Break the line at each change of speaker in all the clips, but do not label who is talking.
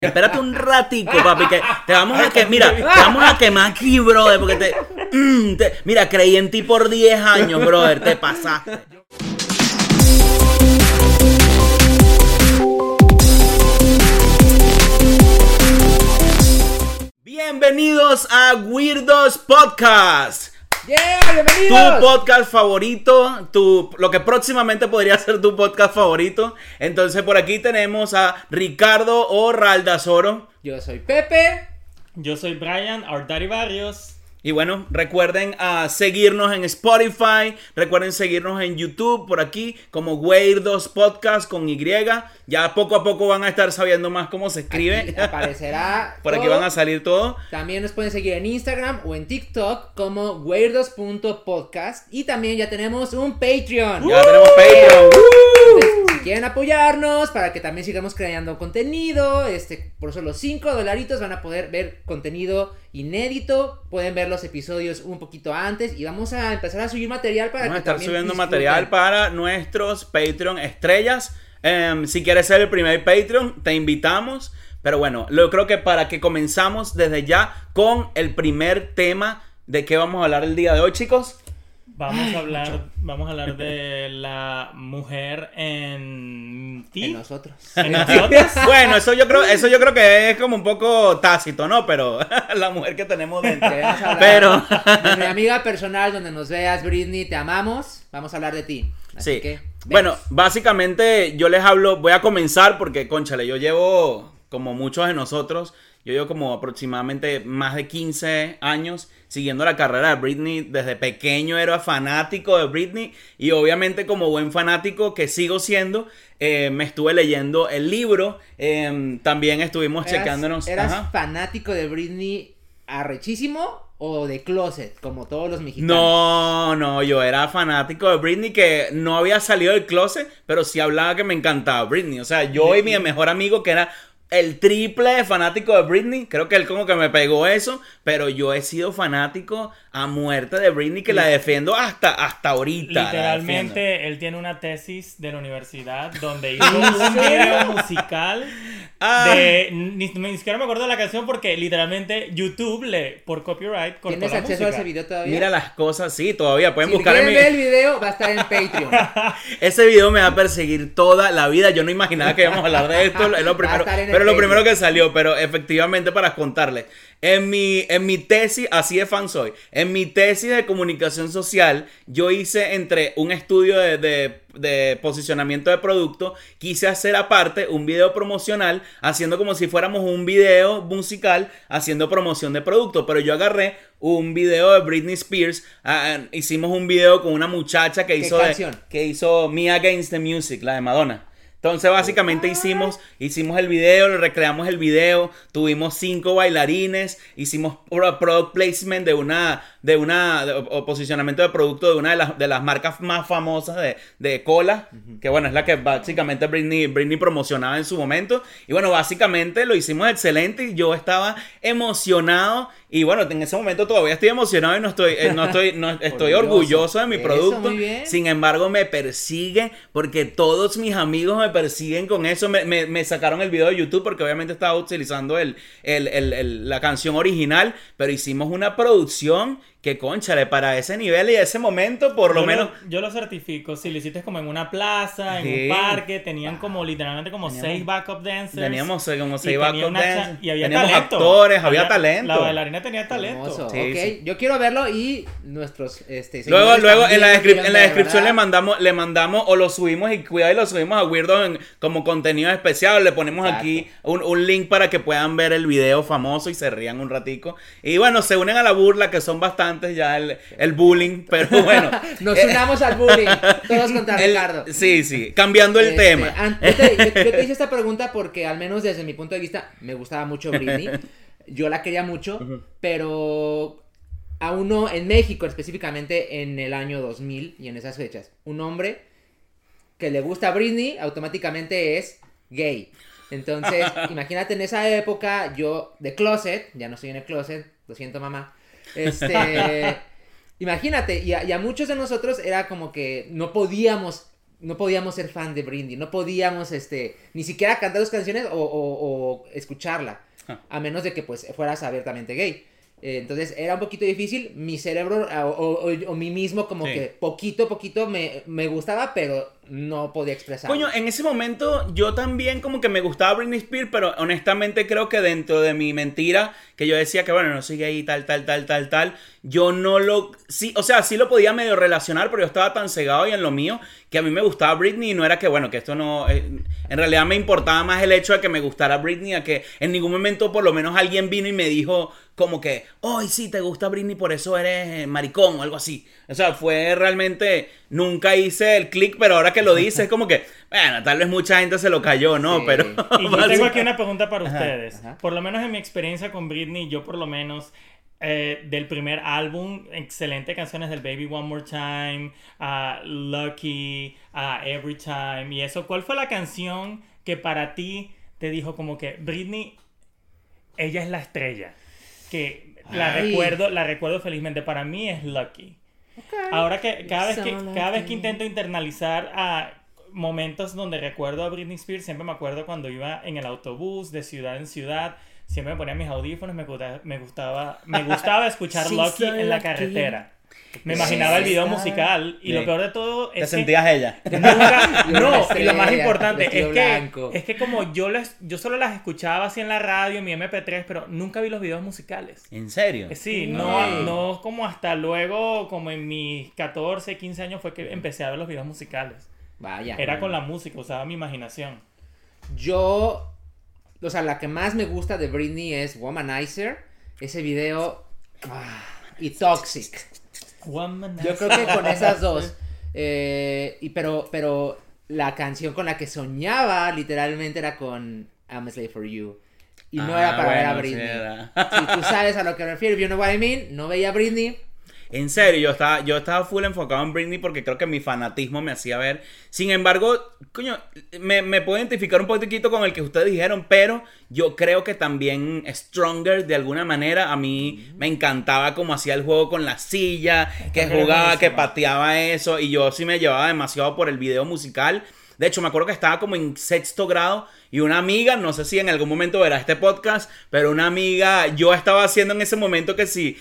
Espérate un ratico, papi, que te vamos a te vamos a quemar aquí, brother, porque mira, creí en ti por 10 años, brother, te pasaste. Bienvenidos a Weirdos Podcast.
¡Yeah! ¡Bienvenidos!
Tu podcast favorito, lo que próximamente podría ser tu podcast favorito. Entonces por aquí tenemos a Ricardo o Raldazoro.
Yo soy Pepe.
Yo soy Brian, Our Daddy Barrios.
Y bueno, recuerden seguirnos en Spotify, recuerden seguirnos en YouTube por aquí como Weirdos Podcast con Y. Ya poco a poco van a estar sabiendo más cómo se escribe.
Aquí aparecerá
por aquí van a salir todo.
También nos pueden seguir en Instagram o en TikTok como weirdos.podcast. Y también ya tenemos un Patreon.
Ya tenemos Patreon.
Entonces, si quieren apoyarnos para que también sigamos creando contenido, por solo $5 van a poder ver contenido inédito. Pueden ver los episodios un poquito antes y vamos a empezar a subir material para
vamos
que
a estar
también
subiendo
disfruten.
material para nuestros Patreon estrellas. Si quieres ser el primer Patreon, te invitamos. Pero bueno, yo creo que para que comenzamos desde ya con el primer tema de qué vamos a hablar el día de hoy, chicos.
Vamos a hablar de la mujer en ti.
En nosotros.
¿En nosotros?
Bueno, eso yo creo que es como un poco tácito, ¿no? Pero la mujer que tenemos dentro.
Vamos a hablar
Pero
de mi amiga personal, donde nos veas, Britney, te amamos. Vamos a hablar de ti. Así
sí.
que,
bueno, básicamente yo les hablo, voy a comenzar porque, cónchale, yo llevo, como muchos de nosotros, yo llevo como aproximadamente más de 15 años siguiendo la carrera de Britney. Desde pequeño era fanático de Britney y obviamente como buen fanático que sigo siendo, me estuve leyendo el libro, también estuvimos checándonos.
¿Eras fanático de Britney arrechísimo o de closet, como todos los mexicanos?
No, yo era fanático de Britney, que no había salido del closet, pero sí hablaba que me encantaba Britney. O sea, yo y mi mejor amigo, que era el triple de fanático de Britney, creo que él como que me pegó eso, pero yo he sido fanático a muerte de Britney, que la defiendo hasta ahorita.
Literalmente, él tiene una tesis de la universidad donde hizo un video musical ni siquiera me acuerdo de la canción porque literalmente YouTube por copyright cortó
¿Tienes
la
acceso
música.
a ese video todavía?
Mira las cosas, sí, todavía pueden
Si
buscar en
quieren ver el video, va a estar en Patreon.
Ese video me va a perseguir toda la vida. Yo no imaginaba que íbamos a hablar de esto. Es lo primero, pero lo primero que salió. Pero efectivamente, para contarles, en mi tesis, así de fan soy. En mi tesis de comunicación social, yo hice entre un estudio de posicionamiento de producto, quise hacer aparte un video promocional, haciendo como si fuéramos un video musical haciendo promoción de producto. Pero yo agarré un video de Britney Spears, hicimos un video con una muchacha que hizo Me Against the Music, la de Madonna. Entonces básicamente hicimos el video, recreamos el video, tuvimos 5 bailarines, hicimos product placement o posicionamiento de producto de una de las marcas más famosas de cola, que bueno, es la que básicamente Britney promocionaba en su momento. Y bueno, básicamente lo hicimos excelente y yo estaba emocionado. Y bueno, en ese momento todavía estoy emocionado y estoy orgulloso de mi producto. Sin embargo, me persigue porque todos mis amigos me persiguen con eso. Me sacaron el video de YouTube porque obviamente estaba utilizando la canción original, pero hicimos una producción que, cónchale, para ese nivel y ese momento, por lo menos.
Yo lo certifico. Si lo hiciste como en una plaza, en un parque, tenían como literalmente como 6 backup dancers.
Teníamos como 6 backup dancers.
Y había
teníamos
talento.
Actores, había talento.
La bailarina tenía talento.
Hermoso.
Sí,
Ok,
sí.
yo quiero verlo y nuestros
Luego en la descripción
¿verdad?
le mandamos o lo subimos, y cuidado, y lo subimos a Weirdo como contenido especial. Le ponemos aquí un link para que puedan ver el video famoso y se rían un ratico. Y bueno, se unen a la burla, que son bastantes ya el bullying, pero bueno.
Nos unamos al bullying, todos contra Ricardo.
Sí, cambiando el tema.
Yo te hice esta pregunta porque al menos desde mi punto de vista me gustaba mucho Britney. Yo la quería mucho, pero a uno en México, específicamente en el año 2000 y en esas fechas, un hombre que le gusta a Britney automáticamente es gay. Entonces, imagínate en esa época, yo de closet, ya no estoy en el closet, lo siento mamá, imagínate, y a muchos de nosotros era como que no podíamos no podíamos ser fan de Britney, no podíamos ni siquiera cantar sus canciones o escucharla, a menos de que pues fueras abiertamente gay. Entonces era un poquito difícil, mi cerebro o mí mismo como que poquito a poquito me gustaba, pero no podía expresarlo.
Coño, en ese momento yo también como que me gustaba Britney Spears, pero honestamente creo que dentro de mi mentira, que yo decía que bueno, no soy gay, tal, yo no lo... Sí, o sea, sí lo podía medio relacionar, pero yo estaba tan cegado y en lo mío que a mí me gustaba Britney y no era que bueno, que esto no... en realidad me importaba más el hecho de que me gustara Britney, a que en ningún momento por lo menos alguien vino y me dijo como que, oh, sí, te gusta Britney, por eso eres maricón o algo así. O sea, fue realmente... Nunca hice el click, pero ahora que lo dice es como que, bueno, tal vez mucha gente se lo cayó, ¿no?
Sí.
Pero...
Y yo tengo aquí una pregunta para ustedes. Por lo menos en mi experiencia con Britney, yo por lo menos... del primer álbum, excelentes canciones del Baby One More Time, Lucky, Every Time y eso. ¿Cuál fue la canción que para ti te dijo como que Britney, ella es la estrella? Que la recuerdo felizmente. Para mí es Lucky. Okay. Ahora que cada vez que intento internalizar a momentos donde recuerdo a Britney Spears, siempre me acuerdo cuando iba en el autobús de ciudad en ciudad. Siempre me ponía mis audífonos, me gustaba escuchar Lucky en la carretera. Me imaginaba el video musical y lo peor de todo es
¿Te sentías ella?
No, y lo más importante es que como yo solo las escuchaba así en la radio, en mi MP3, pero nunca vi los videos musicales.
¿En serio?
Sí, no como hasta luego, como en mis 14, 15 años fue que empecé a ver los videos musicales.
Vaya.
Era con la música, usaba mi imaginación.
O sea, la que más me gusta de Britney es Womanizer. Ese video... y Toxic.
Womanizer.
Yo creo que con esas dos. Pero la canción con la que soñaba literalmente era con I'm a Slave for You. Y no era para ver a Britney. Si tú sabes a lo que me refiero, you know what I mean, no veía a Britney.
En serio, yo estaba full enfocado en Britney porque creo que mi fanatismo me hacía ver. Sin embargo, coño, me puedo identificar un poquito con el que ustedes dijeron, pero yo creo que también Stronger, de alguna manera, a mí me encantaba cómo hacía el juego con la silla, que jugaba, que pateaba eso, y yo sí me llevaba demasiado por el video musical. De hecho, me acuerdo que estaba como en 6º grado y una amiga, no sé si en algún momento verá este podcast, pero una amiga, yo estaba haciendo en ese momento que sí,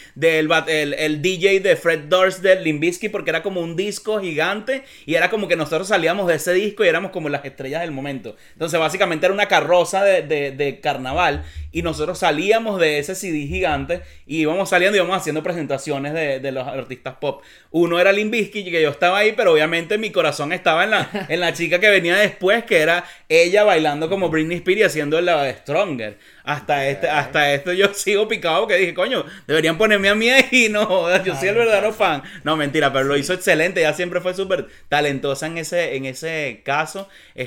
el DJ de Fred Durst de Limp Bizkit, porque era como un disco gigante y era como que nosotros salíamos de ese disco y éramos como las estrellas del momento. Entonces, básicamente era una carroza de carnaval y nosotros salíamos de ese CD gigante y íbamos saliendo y íbamos haciendo presentaciones de los artistas pop. Uno era Limp Bizkit, que yo estaba ahí, pero obviamente mi corazón estaba en la chica que venía después, que era ella bailando como Britney Spears y haciendo la de Stronger. Hasta esto yo sigo picado porque dije, coño, deberían ponerme a mí ahí. No, yo soy el verdadero fan. No, mentira, pero lo hizo excelente. Ella siempre fue súper talentosa en ese caso.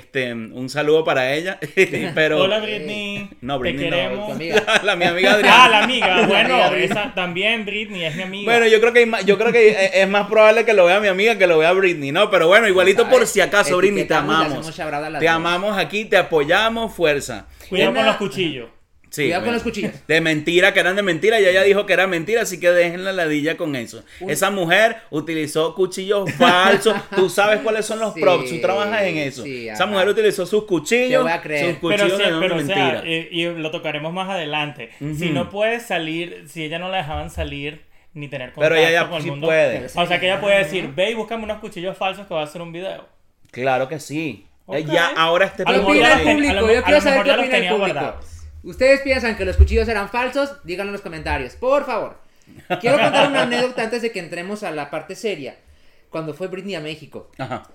Un saludo para ella. Pero,
hola, Britney.
No, Britney
te queremos. No.
La mi amiga Adriana.
La amiga. Bueno, esa también Britney es mi amiga.
Bueno, yo creo que es más probable que lo vea mi amiga que lo vea Britney, ¿no? Pero bueno, igualito por si acaso, Britney, te amamos. Te amamos aquí, te apoyamos, fuerza.
Cuidado con los cuchillos.
Sí, cuidado con los cuchillos.
De mentira, que eran de mentira. Y ella dijo que era mentira, así que dejen la ladilla con eso. Esa mujer utilizó cuchillos falsos. Tú sabes cuáles son los props. Tú trabajas en eso. Sí, esa mujer utilizó sus cuchillos.
Yo voy a creer.
Sus cuchillos
pero
de mentira.
O sea, y lo tocaremos más adelante. Si no puede salir, si ella no la dejaban salir ni tener contacto
pero ella
con el
sí
mundo.
Puede.
O sea que ella puede decir, ve y búscame unos cuchillos falsos que voy a hacer un video.
Claro que sí.
Okay.
Ya ahora
¿Qué opina el público? Yo quiero saber qué opina el público.
Guardados.
¿Ustedes piensan que los cuchillos eran falsos? Díganlo en los comentarios, por favor. Quiero contar una anécdota antes de que entremos a la parte seria. Cuando fue Britney a México.
Ajá.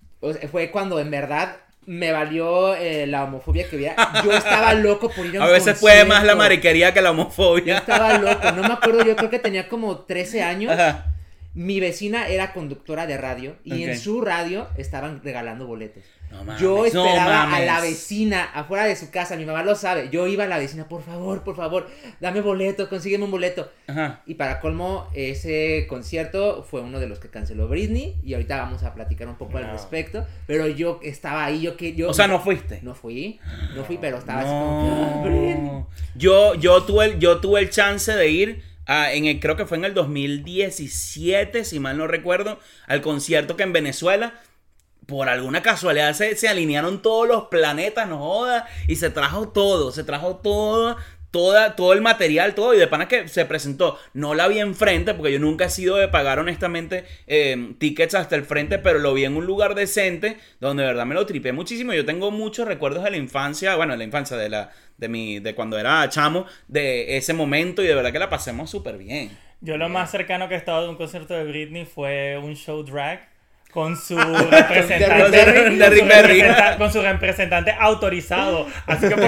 Fue cuando en verdad me valió la homofobia que hubiera. Yo estaba loco por ir a un
A veces
concierto.
puede más la mariquería que la homofobia.
Yo estaba loco, no me acuerdo, yo creo que tenía como 13 años.
Ajá.
Mi vecina era conductora de radio y en su radio estaban regalando boletos.
No mames,
yo esperaba
no
a la vecina afuera de su casa, mi mamá lo sabe. Yo iba a la vecina, por favor, dame boleto, consígueme un boleto.
Ajá.
Y para colmo, ese concierto fue uno de los que canceló Britney. Y ahorita vamos a platicar un poco al respecto. Pero yo estaba ahí, yo
o sea, ¿no fuiste?
No fui, pero estaba así como, Britney.
Yo tuve el chance de ir. Creo que fue en el 2017, si mal no recuerdo, al concierto que en Venezuela. por alguna casualidad se alinearon todos los planetas, no joda, y se trajo todo, todo el material, todo, y de pana que se presentó. No la vi enfrente, porque yo nunca he sido de pagar honestamente tickets hasta el frente, pero lo vi en un lugar decente, donde de verdad me lo tripé muchísimo. Yo tengo muchos recuerdos de la infancia, bueno, de la infancia, de cuando era chamo, de ese momento, y de verdad que la pasemos súper bien.
Yo lo más cercano que he estado de un concierto de Britney fue un show drag con su representante con su representante autorizado, así que por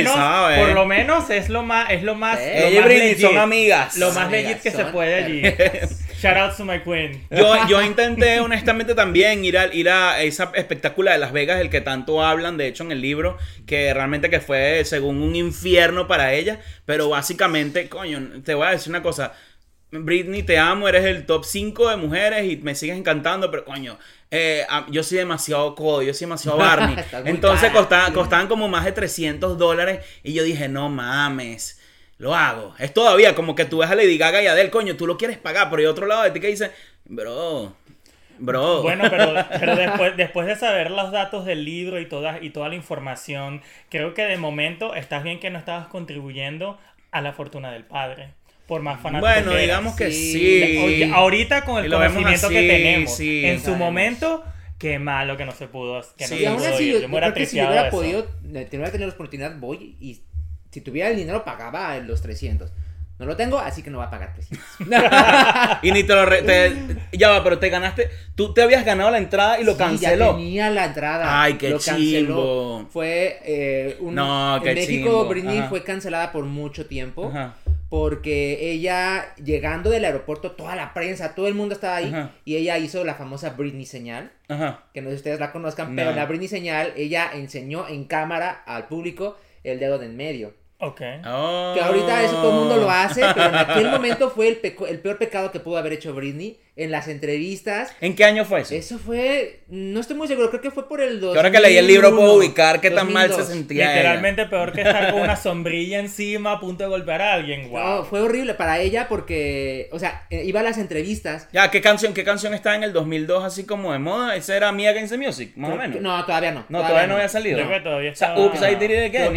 lo menos es lo más
ella y Britney son amigas,
lo más legit que se puede allí. Shout out to my queen.
Yo intenté honestamente también ir a esa espectáculo de Las Vegas, el que tanto hablan de hecho en el libro, que realmente que fue según un infierno para ella, pero básicamente, coño, te voy a decir una cosa. Britney, te amo, eres el top 5 de mujeres y me sigues encantando, pero coño, yo soy demasiado codo, yo soy demasiado Barney. Entonces costaban como más de $300 y yo dije, no mames, lo hago. Es todavía como que tú ves a Lady Gaga y Adele, coño, tú lo quieres pagar, pero hay otro lado de ti que dice, bro.
Bueno, pero después de saber los datos del libro y toda la información, creo que de momento estás bien que no estabas contribuyendo a la fortuna del padre. Por más fanático.
Bueno, digamos que sí.
Ahorita con el conocimiento que tenemos, en su momento, qué malo que no se pudo.
Y aún así, yo creo que si yo hubiera podido tener la oportunidad, voy y si tuviera el dinero pagaba los 300. No lo tengo, así que no va a pagar 300.
Y ni te lo... ya va, pero te ganaste... Tú te habías ganado la entrada y lo canceló.
Ya tenía la entrada.
Ay, qué chimbo.
Fue en México, Britney fue cancelada por mucho tiempo. Ajá. Porque ella, llegando del aeropuerto, toda la prensa, todo el mundo estaba ahí. Ajá. Y ella hizo la famosa Britney señal. Ajá. Que no sé si ustedes la conozcan, pero la Britney señal, ella enseñó en cámara al público el dedo de en medio.
Okay.
Oh. Que ahorita eso todo el mundo lo hace, pero en aquel momento fue el peor pecado que pudo haber hecho Britney. En las entrevistas.
¿En qué año fue eso?
Eso fue, no estoy muy seguro, creo que fue por el 2000.
Ahora que leí el libro puedo ubicar qué tan mal se sentía.
Literalmente peor que estar con una sombrilla encima a punto de golpear a alguien. Wow.
No, fue horrible para ella porque, o sea, iba a las entrevistas.
Ya, ¿qué canción estaba en el 2002 así como de moda? ¿Esa era Mia Against the Music, más o menos?
No, todavía no.
No, todavía no había salido.
Creo que todavía estaba...
O sea, Oops, I Did It Again.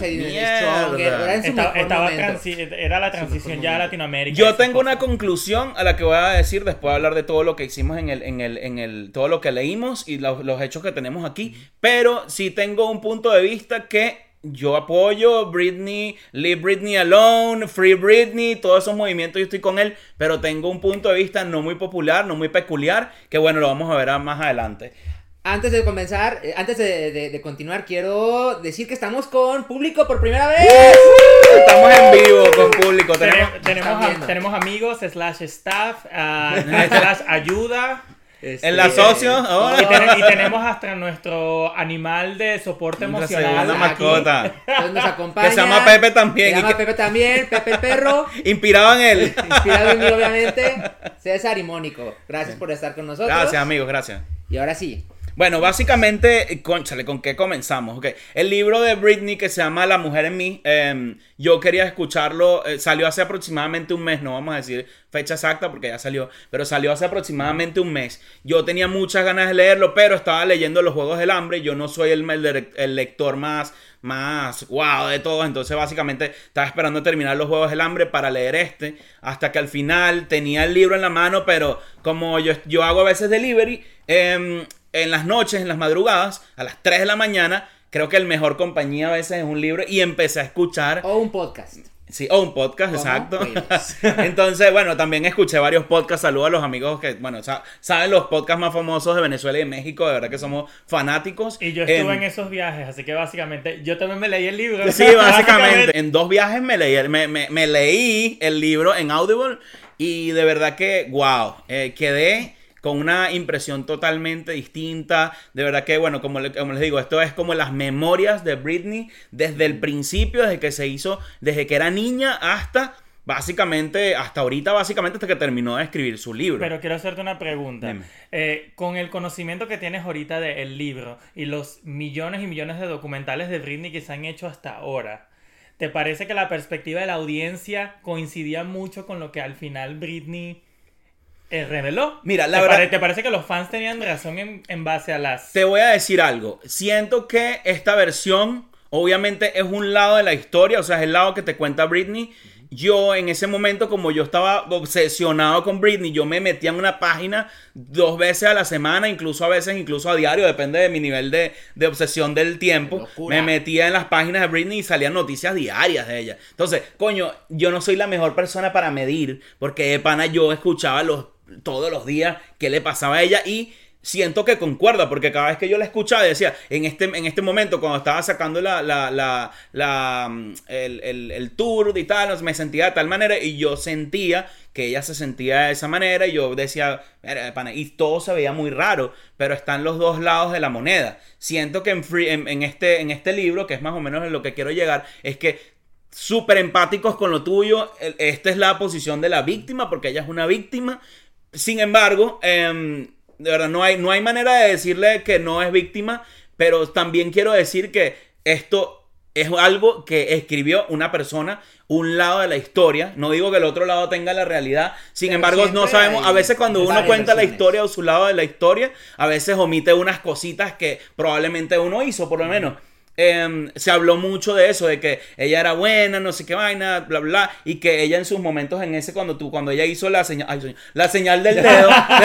Era
la transición ya a Latinoamérica.
Yo tengo una conclusión a la que voy a decir después de hablar de todo lo que hicimos en todo lo que leímos y los hechos que tenemos aquí, pero sí tengo un punto de vista que yo apoyo Britney, Leave Britney Alone, Free Britney, todos esos movimientos yo estoy con él, pero tengo un punto de vista no muy popular, no muy peculiar, que bueno, lo vamos a ver más adelante.
Antes de comenzar, antes de continuar, quiero decir que estamos con público por primera vez.
Estamos en vivo con público.
Tenemos amigos, /staff, /ayuda.
En la socio ahora.
Y tenemos hasta nuestro animal de soporte emocional.
Una mascota.
Entonces nos acompaña.
Que se llama Pepe también.
Pepe el perro.
Inspirado en él.
Inspirado en mí, obviamente. César y Mónico. Gracias por estar con nosotros.
Gracias, amigos, gracias.
Y ahora sí.
Bueno, básicamente, cónchale, ¿con qué comenzamos? Okay. El libro de Britney que se llama La Mujer en Mí, yo quería escucharlo, salió hace aproximadamente un mes, no vamos a decir fecha exacta porque ya salió, pero salió hace aproximadamente un mes. Yo tenía muchas ganas de leerlo, pero estaba leyendo Los Juegos del Hambre, yo no soy el lector más wow de todos, entonces básicamente estaba esperando a terminar Los Juegos del Hambre para leer hasta que al final tenía el libro en la mano, pero como yo hago a veces delivery, en las noches, en las madrugadas, a las 3 de la mañana, creo que el mejor compañía a veces es un libro y empecé a escuchar...
O un podcast.
Sí, o un podcast, exacto. Entonces, bueno, también escuché varios podcasts. Saludos a los amigos que, bueno, saben los podcasts más famosos de Venezuela y de México. De verdad que somos fanáticos.
Y yo estuve en esos viajes, así que básicamente yo también me leí el libro.
Sí, básicamente. En 2 viajes me leí el libro en Audible y de verdad que, wow, quedé... con una impresión totalmente distinta. De verdad que, bueno, como les digo, esto es como las memorias de Britney desde el principio, desde que se hizo, desde que era niña hasta básicamente, hasta ahorita, básicamente hasta que terminó de escribir su libro.
Pero quiero hacerte una pregunta. Con el conocimiento que tienes ahorita del libro y los millones y millones de documentales de Britney que se han hecho hasta ahora, ¿te parece que la perspectiva de la audiencia coincidía mucho con lo que al final Britney reveló.
Mira, la verdad...
¿Te parece que los fans tenían razón en base a las...?
Te voy a decir algo. Siento que esta versión, obviamente, es un lado de la historia, o sea, es el lado que te cuenta Britney. Yo, en ese momento, como yo estaba obsesionado con Britney, yo me metía en una página 2 veces a la semana, incluso a diario, depende de mi nivel de obsesión del tiempo. Me metía en las páginas de Britney y salían noticias diarias de ella. Entonces, coño, yo no soy la mejor persona para medir, porque de pana yo escuchaba todos los días qué le pasaba a ella y... siento que concuerda, porque cada vez que yo la escuchaba decía, en este momento cuando estaba sacando el tour y tal, me sentía de tal manera y yo sentía que ella se sentía de esa manera y yo decía, y todo se veía muy raro, pero están los dos lados de la moneda. Siento que en este libro, que es más o menos en lo que quiero llegar, es que súper empáticos con lo tuyo, esta es la posición de la víctima, porque ella es una víctima. Sin embargo, de verdad, no hay manera de decirle que no es víctima, pero también quiero decir que esto es algo que escribió una persona, un lado de la historia. No digo que el otro lado tenga la realidad. Sin embargo, no sabemos. A veces cuando uno cuenta la historia o su lado de la historia, a veces omite unas cositas que probablemente uno hizo, por lo menos. Se habló mucho de eso, de que ella era buena, no sé qué vaina, bla, bla, y que ella en sus momentos cuando ella hizo la señal del dedo,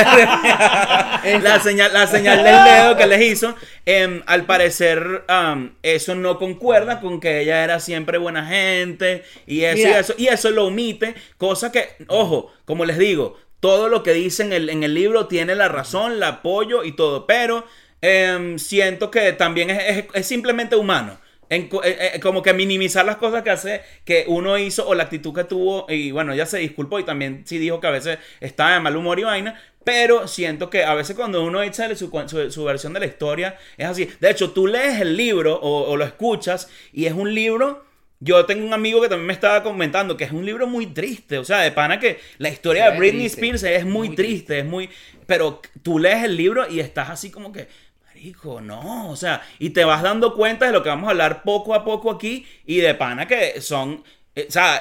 la señal del dedo que les hizo, al parecer eso no concuerda con que ella era siempre buena gente, y eso lo omite, cosa que, ojo, como les digo, todo lo que dice en el libro tiene la razón, la apoyo y todo, pero siento que también es simplemente humano. Como que minimizar las cosas que uno hizo o la actitud que tuvo. Y bueno, ella se disculpó y también sí dijo que a veces estaba de mal humor y vaina. Pero siento que a veces cuando uno echa su versión de la historia es así. De hecho, tú lees el libro o lo escuchas y es un libro... Yo tengo un amigo que también me estaba comentando que es un libro muy triste, o sea, de pana que la historia de Britney Spears es muy triste, pero tú lees el libro y estás así como que, marico, no, o sea, y te vas dando cuenta de lo que vamos a hablar poco a poco aquí y de pana que son, o sea,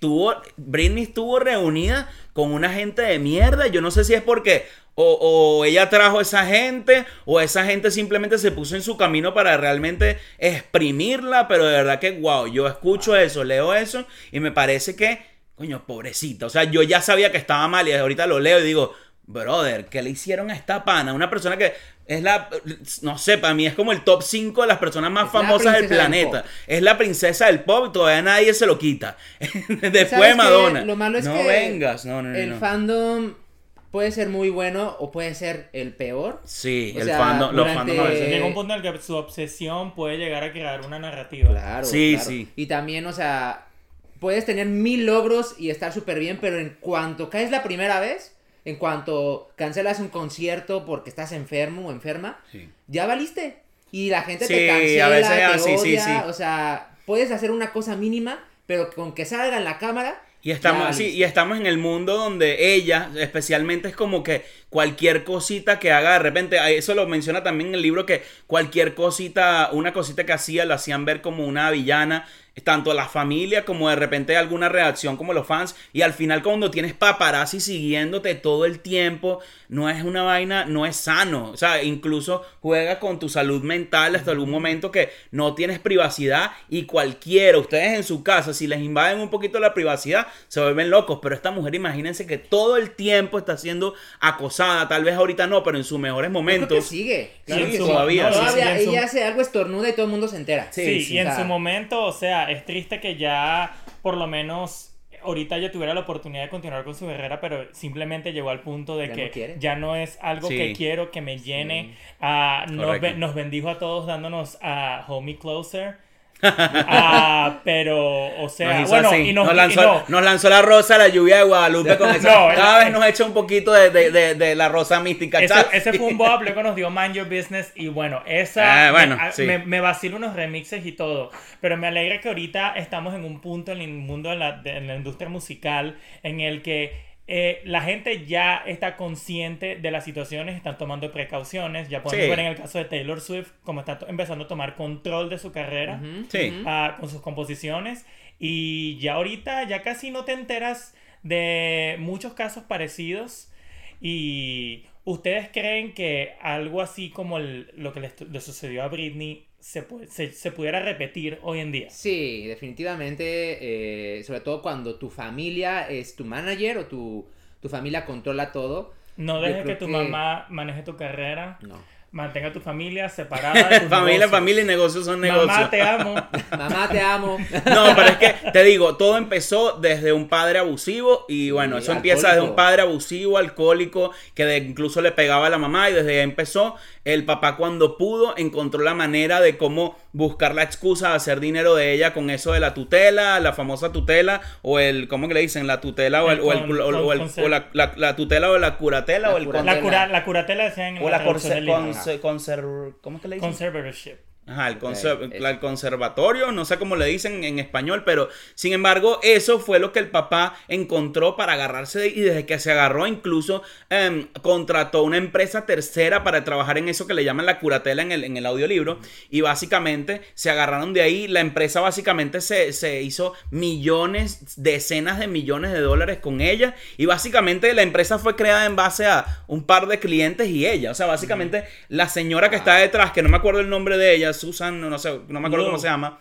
Britney estuvo reunida con una gente de mierda, yo no sé si es porque... O ella trajo a esa gente, o esa gente simplemente se puso en su camino para realmente exprimirla, pero de verdad que, wow, yo escucho eso, leo eso, y me parece que, coño, pobrecita, o sea, yo ya sabía que estaba mal, y ahorita lo leo y digo, brother, ¿qué le hicieron a esta pana? Una persona que es no sé, para mí es como el top 5 de las personas más famosas del planeta. Es la princesa del pop y todavía nadie se lo quita. Después de Madonna.
Lo malo es
no
que
vengas, no.
El fandom... puede ser muy bueno o puede ser el peor.
Sí, los fandom a veces.
Llega un punto en el que su obsesión puede llegar a crear una narrativa.
Claro. Sí. Y también, o sea, puedes tener 1000 logros y estar súper bien, pero en cuanto caes la primera vez, en cuanto cancelas un concierto porque estás enfermo o enferma, ya valiste. Y la gente te cancela,
a veces,
te odia.
Sí.
O sea, puedes hacer una cosa mínima, pero con que salga en la cámara...
Y estamos en el mundo donde ella, especialmente, es como que cualquier cosita que haga de repente, eso lo menciona también en el libro, que cualquier cosita, una cosita que hacía, la hacían ver como una villana, tanto la familia como de repente alguna reacción como los fans, y al final cuando tienes paparazzi siguiéndote todo el tiempo, no es una vaina, no es sano, o sea, incluso juega con tu salud mental hasta algún momento que no tienes privacidad, y ustedes en su casa, si les invaden un poquito la privacidad, se vuelven locos, pero esta mujer, imagínense que todo el tiempo está siendo acosada, tal vez ahorita no, pero en sus mejores momentos.
Creo que sigue.
Claro que todavía.
Ella hace algo, estornuda y todo el mundo se entera.
Sí, y en su momento, o sea, es triste que ya, por lo menos, ahorita ella tuviera la oportunidad de continuar con su carrera, pero simplemente llegó al punto de que ya no es algo que quiero, que me llene. Nos bendijo a todos dándonos a Hold Me Closer. Pero, o sea, bueno, y nos
lanzó la rosa, la lluvia de Guadalupe con eso. Cada vez nos echa un poquito de la rosa mística.
Ese fue un bop, luego nos dio Mind Your Business. Y bueno, me vacilo unos remixes y todo. Pero me alegra que ahorita estamos en un punto en el mundo de la industria musical en el que la gente ya está consciente de las situaciones, están tomando precauciones. Ya podemos ver en el caso de Taylor Swift como está empezando a tomar control de su carrera con sus composiciones, y ya ahorita ya casi no te enteras de muchos casos parecidos. Y ¿ustedes creen que algo así como lo que le sucedió a Britney se pudiera repetir hoy en día?
Sí, definitivamente, sobre todo cuando tu familia es tu manager o tu familia controla todo.
No dejes que tu mamá maneje tu carrera. No. Mantenga tu familia separada de tus
familia y negocios son negocios.
Mamá, te amo.
Mamá, te amo.
No, pero es que, te digo, todo empezó desde un padre abusivo y bueno, eso empieza desde un padre abusivo, alcohólico, que incluso le pegaba a la mamá y desde ahí empezó. El papá cuando pudo encontró la manera de cómo buscar la excusa de hacer dinero de ella con eso de la tutela, la famosa tutela o el, ¿cómo que le dicen? La tutela la tutela o la curatela o el
la curatela decían en la
¿cómo es que le dicen?
Conservatorship.
Ajá, el conservatorio, no sé cómo le dicen en español, pero sin embargo eso fue lo que el papá encontró para agarrarse y desde que se agarró incluso contrató una empresa tercera para trabajar en eso que le llaman la curatela en el audiolibro y básicamente se agarraron de ahí, la empresa básicamente se hizo decenas de millones de dólares con ella y básicamente la empresa fue creada en base a un par de clientes y ella, o sea, básicamente la señora que está detrás, que no me acuerdo el nombre de ella, Susan, no sé, no me acuerdo cómo se llama.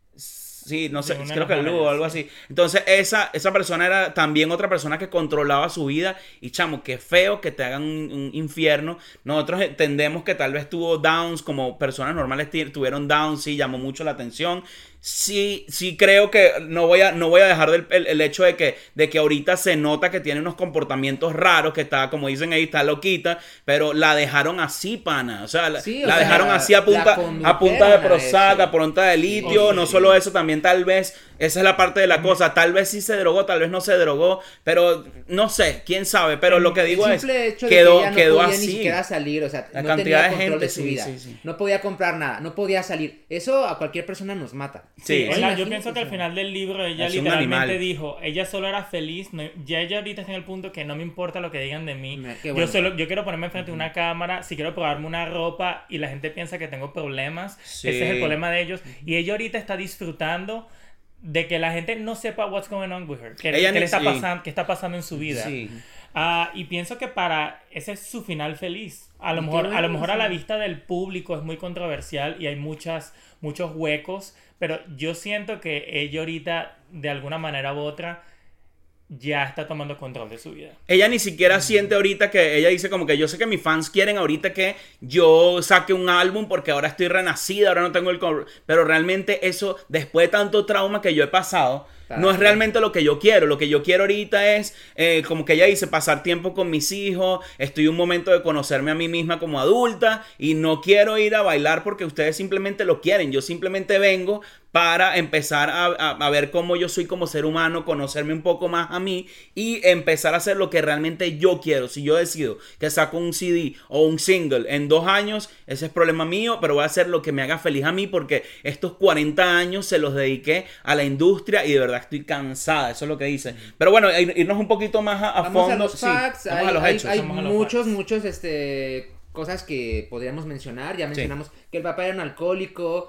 Sí, no sé, creo que Lu o algo así. Entonces, esa persona era también otra persona que controlaba su vida. Y chamo, qué feo que te hagan un infierno. Nosotros entendemos que tal vez tuvo downs, como personas normales tuvieron downs, sí, llamó mucho la atención. Sí creo que no voy a dejar el hecho de que ahorita se nota que tiene unos comportamientos raros, que está, como dicen ahí, está loquita, pero la dejaron así, pana. O sea, la dejaron así a punta de Prozac, a punta de litio, no solo eso, también tal vez, esa es la parte de la cosa, tal vez sí se drogó, tal vez no se drogó, pero no sé, quién sabe, pero lo que digo es, quedó así.
Ni siquiera salir, o sea,
la
no
cantidad
tenía
de
control
gente,
de su vida, no podía comprar nada, no podía salir, eso a cualquier persona nos mata.
Sí, yo pienso que al final del libro ella literalmente dijo, ella solo era feliz, ella ahorita está en el punto que no me importa lo que digan de mí, bueno. yo quiero ponerme enfrente de una cámara, si quiero probarme una ropa y la gente piensa que tengo problemas, ese es el problema de ellos, y ella ahorita está disfrutando de que la gente no sepa what's going on with her, qué está pasando en su vida. Sí. Y pienso que ese es su final feliz. A lo mejor a la vista del público es muy controversial y hay muchos huecos, pero yo siento que ella ahorita, de alguna manera u otra, ya está tomando control de su vida.
Ella ni siquiera siente ahorita que ella dice como que yo sé que mis fans quieren ahorita que yo saque un álbum porque ahora estoy renacida, ahora no tengo pero realmente eso, después de tanto trauma que yo he pasado, no es realmente lo que yo quiero. Lo que yo quiero ahorita es, como que ella dice, pasar tiempo con mis hijos. Estoy en un momento de conocerme a mí misma como adulta y no quiero ir a bailar porque ustedes simplemente lo quieren. Yo simplemente vengo para empezar a ver cómo yo soy como ser humano, conocerme un poco más a mí y empezar a hacer lo que realmente yo quiero. Si yo decido que saco un CD o un single en 2 años, ese es problema mío, pero voy a hacer lo que me haga feliz a mí porque estos 40 años se los dediqué a la industria y de verdad estoy cansada, eso es lo que dice. Pero bueno, irnos un poquito más a fondo.
A los facts,
sí, vamos a los hechos.
Hay muchos cosas que podríamos mencionar. Ya mencionamos que el papá era un alcohólico,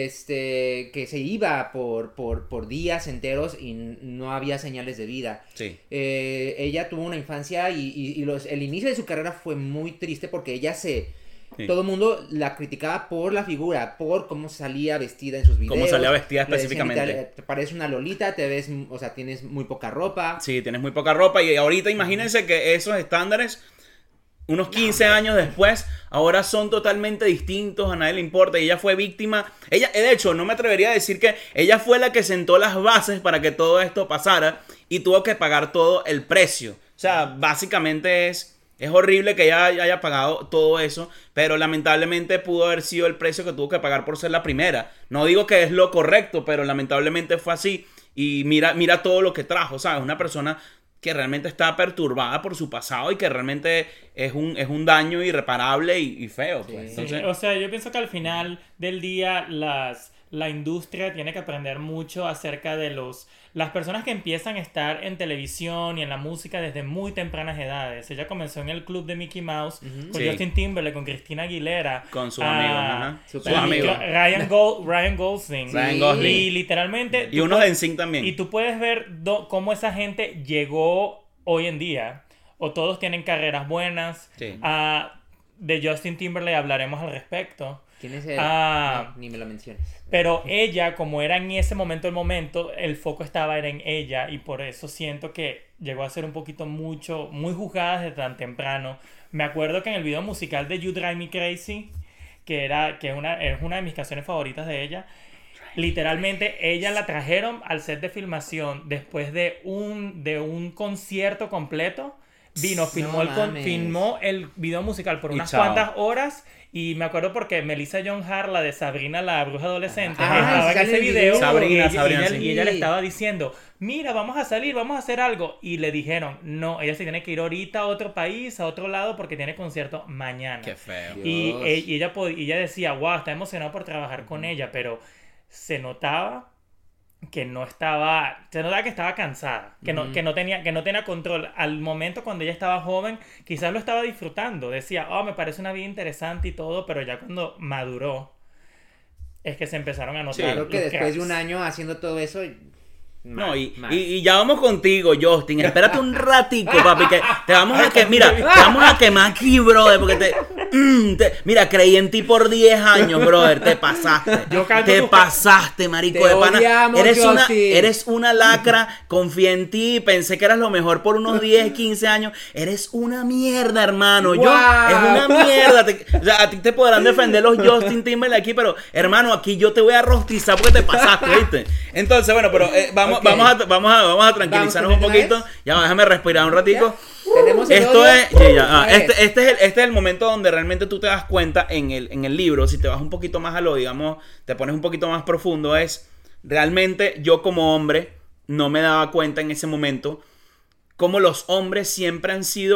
que se iba por días enteros y no había señales de vida.
Sí.
Ella tuvo una infancia y el inicio de su carrera fue muy triste porque ella todo el mundo la criticaba por la figura, por cómo salía vestida en sus videos.
Cómo salía vestida específicamente.
Te pareces una lolita, te ves, o sea, tienes muy poca ropa.
Sí, tienes muy poca ropa y ahorita imagínense que esos estándares, unos 15 años después, ahora son totalmente distintos, a nadie le importa. Y ella fue víctima. Ella, de hecho, no me atrevería a decir que ella fue la que sentó las bases para que todo esto pasara y tuvo que pagar todo el precio. O sea, básicamente es horrible que ella haya pagado todo eso, pero lamentablemente pudo haber sido el precio que tuvo que pagar por ser la primera. No digo que es lo correcto, pero lamentablemente fue así. Y mira todo lo que trajo, ¿sabes? Una persona que realmente está perturbada por su pasado y que realmente es un daño irreparable y feo. Pues.
Sí. Entonces, o sea, yo pienso que al final del día la industria tiene que aprender mucho acerca de las personas que empiezan a estar en televisión y en la música desde muy tempranas edades. Ella comenzó en el club de Mickey Mouse con Justin Timberlake, con Christina Aguilera,
con sus amigos,
sus amigos. Ryan Gosling. Y literalmente
y unos de NSYNC también.
Y tú puedes ver cómo esa gente llegó hoy en día. o todos tienen carreras buenas.
Sí.
De Justin Timberlake hablaremos al respecto.
¿Quién es él? No, ni me lo menciones.
Pero ella, como era en ese momento el foco estaba en ella, y por eso siento que llegó a ser un poquito muy juzgada desde tan temprano. Me acuerdo que en el video musical de You Drive Me Crazy, que es una de mis canciones favoritas de ella, literalmente ella la trajeron al set de filmación después de un concierto completo. Filmó el video musical por unas cuantas horas. Y me acuerdo porque Melissa Joan Hart, la de Sabrina la bruja adolescente, estaba en ese video. Y ella le estaba diciendo, mira, vamos a salir, vamos a hacer algo. Y le dijeron, no, ella se tiene que ir ahorita a otro país, a otro lado, porque tiene concierto mañana.
Qué feo.
Y ella decía, wow, está emocionada por trabajar con ella, pero se notaba que estaba cansada, que no tenía control. Al momento cuando ella estaba joven, quizás lo estaba disfrutando, decía, me parece una vida interesante y todo, pero ya cuando maduró, es que se empezaron a notar.
Claro que después de un año haciendo todo eso...
Y ya vamos contigo, Justin. Espérate un ratico, papi, que te vamos a quemar aquí, brother, porque mira, creí en ti por 10 años, brother. Te pasaste, marico de pana. Eres una lacra, confié en ti, pensé que eras lo mejor por unos 10, 15 años. Eres una mierda, hermano. Es una mierda. O sea, a ti te podrán defender los Justin Timberlake aquí, pero hermano, aquí yo te voy a rostizar porque te pasaste, ¿viste? Entonces, bueno, pero vamos a tranquilizarnos un poquito. Ya, déjame respirar un ratico. Este es el momento donde realmente tú te das cuenta en el libro. Si te vas un poquito más a lo, digamos, te pones un poquito más profundo, es realmente yo como hombre no me daba cuenta en ese momento cómo los hombres siempre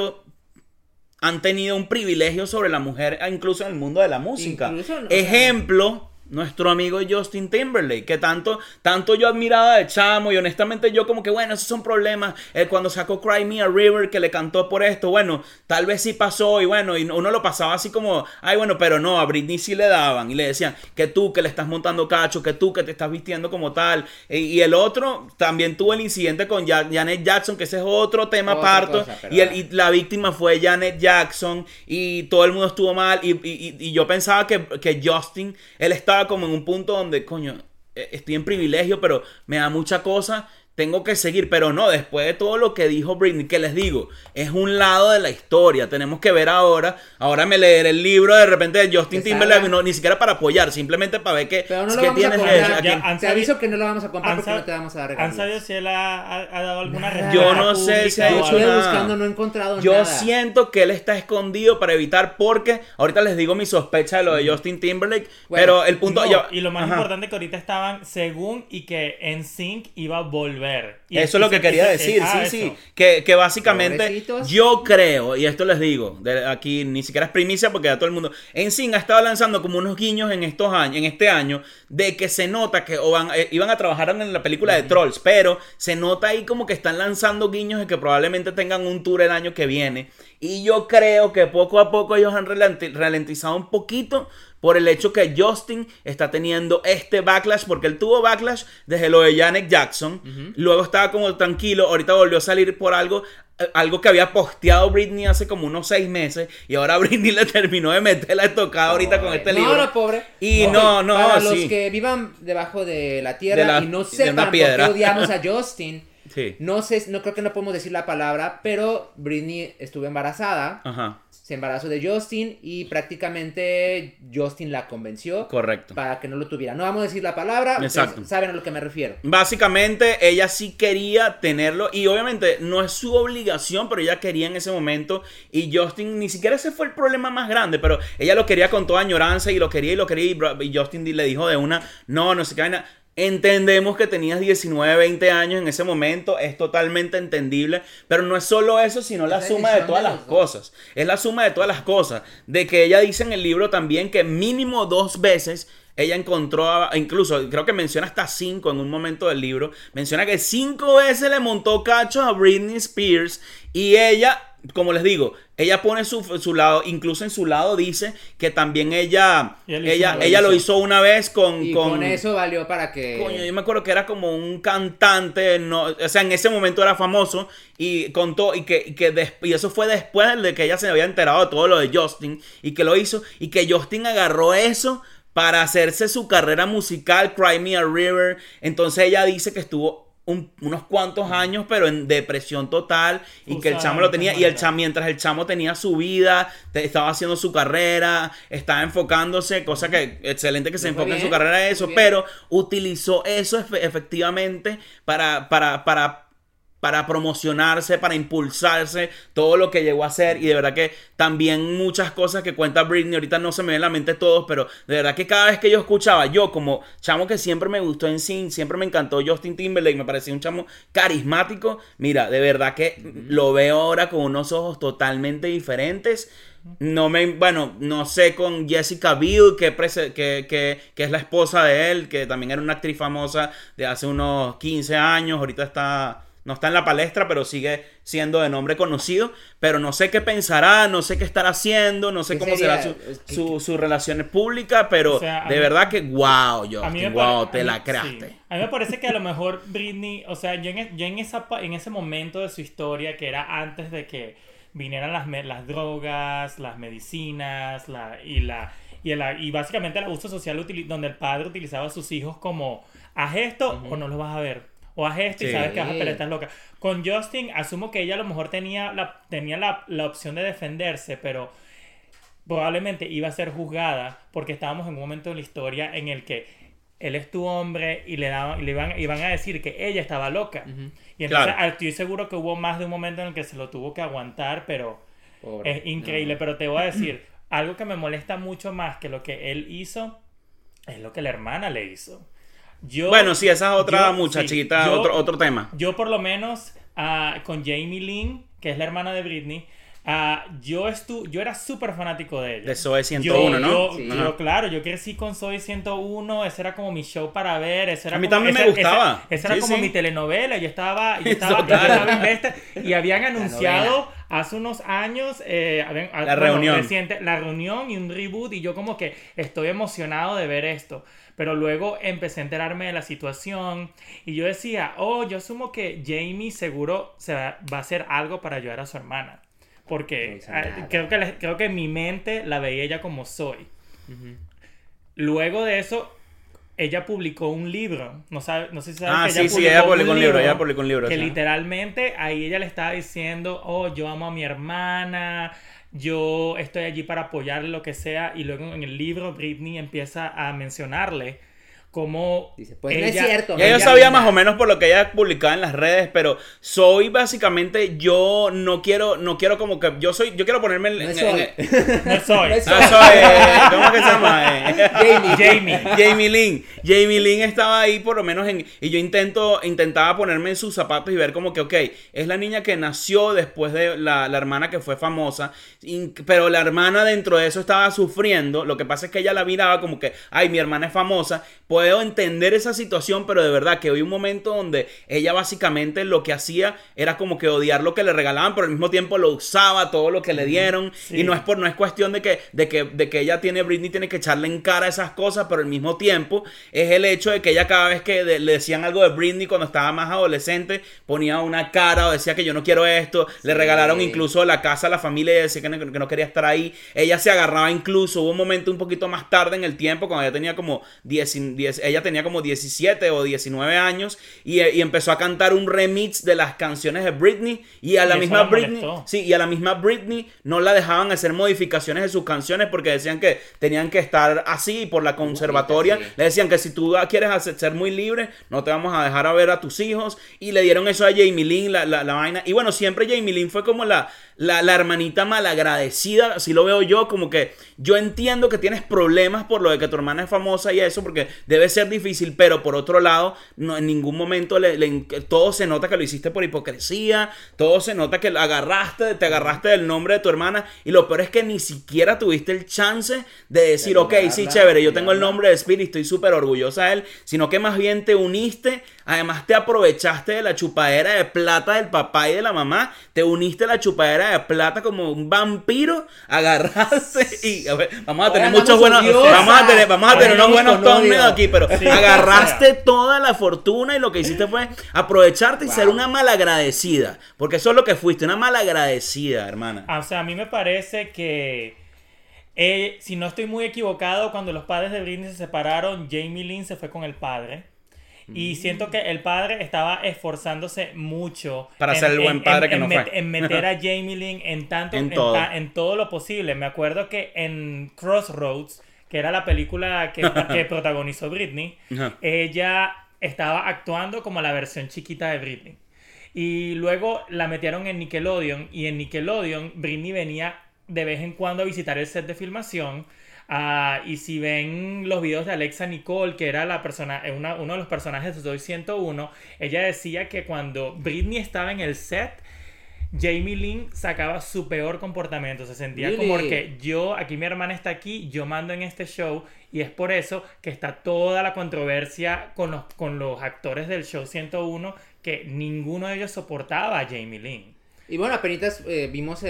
han tenido un privilegio sobre la mujer, incluso en el mundo de la música. Ejemplo, nuestro amigo Justin Timberlake, que tanto yo admiraba de chamo, y honestamente yo como que, bueno, esos son problemas. Cuando sacó Cry Me a River, que le cantó por esto, bueno, tal vez sí pasó, y bueno, y uno lo pasaba así como, ay, bueno, pero no, a Britney sí le daban, y le decían que tú que le estás montando cacho, que tú que te estás vistiendo como tal, y el otro también tuvo el incidente con Janet Jackson, que ese es otro tema aparte, y la víctima fue Janet Jackson, y todo el mundo estuvo mal, y yo pensaba que Justin, él estaba como en un punto donde, coño, estoy en privilegio, pero me da mucha cosa, tengo que seguir, pero no, después de todo lo que dijo Britney, que les digo, es un lado de la historia, tenemos que ver ahora me leeré el libro de repente de Justin Timberlake, no, ni siquiera para apoyar, simplemente para ver
pero no lo tienes te aviso que no lo vamos a comprar porque no te vamos a dar regalos.
¿Han sabido si él ha dado alguna respuesta?
Yo no sé si ha dicho nada.
Buscando, no he encontrado nada.
Yo siento que él está escondido para evitar, porque ahorita les digo mi sospecha de lo de Justin Timberlake, pero el punto...
y lo más importante que ahorita estaban según y que NSYNC iba a volver.
Eso es lo que quería decir, sí. Que básicamente pobrecitos. Yo creo, y esto les digo, aquí ni siquiera es primicia porque ya todo el mundo, NSYNC ha estado lanzando como unos guiños en este año, de que se nota que iban a trabajar en la película de Trolls, pero se nota ahí como que están lanzando guiños de que probablemente tengan un tour el año que viene. Y yo creo que poco a poco ellos han ralentizado un poquito por el hecho que Justin está teniendo este backlash, porque él tuvo backlash desde lo de Janet Jackson, luego estaba como tranquilo, ahorita volvió a salir por algo que había posteado Britney hace como unos 6 meses, y ahora Britney le terminó de meter la estocada ahorita con este libro.
No, pobre.
Y
para los que vivan debajo de la tierra y no sepan por qué odiamos a Justin,
sí.
No creo que no podemos decir la palabra, pero Britney estuvo embarazada.
Ajá.
Se embarazó de Justin y prácticamente Justin la convenció.
Correcto.
Para que no lo tuviera. No vamos a decir la palabra.
Exacto.
Saben a lo que me refiero.
Básicamente ella sí quería tenerlo, y obviamente no es su obligación, pero ella quería en ese momento, y Justin ni siquiera ese fue el problema más grande, pero ella lo quería con toda añoranza, y lo quería, y Justin le dijo de una, no sé qué vaina. Entendemos que tenías 19, 20 años en ese momento, es totalmente entendible, pero no es solo eso, sino la suma de todas las cosas. Es la suma de todas las cosas. De que ella dice en el libro también que mínimo 2 veces ella encontró, incluso creo que menciona hasta 5 en un momento del libro, menciona que 5 veces le montó cachos a Britney Spears y ella, como les digo, ella pone su lado, incluso en su lado dice que también ella lo hizo una vez
con eso valió para que...
Coño, yo me acuerdo que era como un cantante, no, o sea, en ese momento era famoso y contó y eso fue después de que ella se había enterado de todo lo de Justin y que lo hizo y que Justin agarró eso para hacerse su carrera musical, Cry Me a River. Entonces ella dice que estuvo unos cuantos años, pero en depresión total, y que el chamo lo tenía, y mientras el chamo tenía su vida, estaba haciendo su carrera, estaba enfocándose, cosa que excelente que se enfoque en su carrera eso, pero utilizó eso efectivamente para promocionarse, para impulsarse, todo lo que llegó a hacer. Y de verdad que también muchas cosas que cuenta Britney, ahorita no se me ven en la mente todos, pero de verdad que cada vez que yo escuchaba, yo como chamo que siempre me gustó NSYNC, siempre me encantó Justin Timberlake, me parecía un chamo carismático, mira, de verdad que lo veo ahora con unos ojos totalmente diferentes. No sé con Jessica Biel, que es la esposa de él, que también era una actriz famosa de hace unos 15 años, ahorita no está en la palestra, pero sigue siendo de nombre conocido. Pero no sé qué pensará, no sé qué estará haciendo, no sé cómo será sus relaciones públicas, pero o sea, de verdad que wow, Justin, te la creaste.
Sí. A mí me parece que a lo mejor Britney, o sea, yo en ese momento de su historia, que era antes de que vinieran las drogas, las medicinas, y básicamente el abuso social donde el padre utilizaba a sus hijos como, haz esto o no lo vas a ver. O haz esto y sabes que vas a pelear, estás loca. Con Justin, asumo que ella a lo mejor tenía la opción de defenderse, pero probablemente iba a ser juzgada porque estábamos en un momento de la historia en el que él es tu hombre y iban a decir que ella estaba loca. Y entonces estoy seguro que hubo más de un momento en el que se lo tuvo que aguantar, pero es increíble. Pero te voy a decir, algo que me molesta mucho más que lo que él hizo es lo que la hermana le hizo.
Bueno, sí, esa es otra muchachita, sí, otro tema.
Yo por lo menos con Jamie Lynn, que es la hermana de Britney, yo era súper fanático de ella.
De Zoe 101, ¿no?
Claro, yo crecí con Zoe 101, ese era como mi show para ver.
A mí también me gustaba.
Esa era como mi telenovela, yo estaba en esta, y habían anunciado hace unos años
la
reunión y un reboot, y yo como que estoy emocionado de ver esto. Pero luego empecé a enterarme de la situación y yo decía, yo asumo que Jamie seguro va a hacer algo para ayudar a su hermana. Porque creo que en mi mente la veía ella como soy. Luego de eso, ella publicó un libro. No sé si sabes que
ella publicó un libro.
Que literalmente ahí ella le estaba diciendo, yo amo a mi hermana, yo estoy allí para apoyarle, lo que sea. Y luego en el libro Britney empieza a mencionarle como
dice, pues no es cierto.
Ya yo sabía más o menos por lo que ella publicaba en las redes, pero soy básicamente, yo no quiero como que yo quiero ponerme
no soy.
¿Cómo que se llama? Jamie Lynn. Jamie Lynn estaba ahí por lo menos y yo intentaba ponerme en sus zapatos y ver como que es la niña que nació después de la hermana que fue famosa, pero la hermana dentro de eso estaba sufriendo. Lo que pasa es que ella la miraba como que, mi hermana es famosa. Puedo entender esa situación, pero de verdad que hubo un momento donde ella básicamente lo que hacía era como que odiar lo que le regalaban, pero al mismo tiempo lo usaba, todo lo que le dieron. Sí. Y no es cuestión de que Britney tiene que echarle en cara esas cosas, pero al mismo tiempo es el hecho de que ella cada vez que le decían algo de Britney cuando estaba más adolescente, ponía una cara o decía que yo no quiero esto. Le regalaron incluso la casa a la familia y decía que no quería estar ahí. Ella se agarraba incluso, hubo un momento un poquito más tarde en el tiempo, cuando ella tenía como 17 o 19 años y empezó a cantar un remix de las canciones de Britney y a la misma Britney no la dejaban hacer modificaciones de sus canciones porque decían que tenían que estar así por la conservatoria. Le decían que si tú quieres ser muy libre, no te vamos a dejar a ver a tus hijos, y le dieron eso a Jamie Lynn, la vaina. Y bueno, siempre Jamie Lynn fue como la la hermanita malagradecida, así lo veo yo, como que yo entiendo que tienes problemas por lo de que tu hermana es famosa y eso, porque debe ser difícil, pero por otro lado, no, en ningún momento todo se nota que lo hiciste por hipocresía, todo se nota que te agarraste del nombre de tu hermana, y lo peor es que ni siquiera tuviste el chance de decir, ok, sí, chévere, yo tengo el nombre de Speedy, estoy súper orgullosa de él, sino que más bien te uniste, además te aprovechaste de la chupadera de plata del papá y de la mamá, te uniste a la chupadera de plata como un vampiro, agarraste y a ver, vamos a tener muchos buenos, vamos a tener unos buenos thumbnails aquí, pero sí, agarraste toda la fortuna y lo que hiciste fue aprovecharte y ser una malagradecida, porque eso es lo que fuiste, una malagradecida, hermana.
O sea, a mí me parece que si no estoy muy equivocado, cuando los padres de Britney se separaron, Jamie Lynn se fue con el padre. Y siento que el padre estaba esforzándose mucho
para ser el buen padre
en meter a Jamie Lynn en todo lo posible. Me acuerdo que en Crossroads, que era la película que protagonizó Britney, ella estaba actuando como la versión chiquita de Britney. Y luego la metieron en Nickelodeon, y en Nickelodeon Britney venía de vez en cuando a visitar el set de filmación. Y si ven los videos de Alexa Nicole, que era uno de los personajes de Soy 101, ella decía que cuando Britney estaba en el set, Jamie Lynn sacaba su peor comportamiento. Se sentía como que aquí mi hermana está aquí, yo mando en este show, y es por eso que está toda la controversia con los actores del Show 101, que ninguno de ellos soportaba a Jamie Lynn.
Y bueno, apenas vimos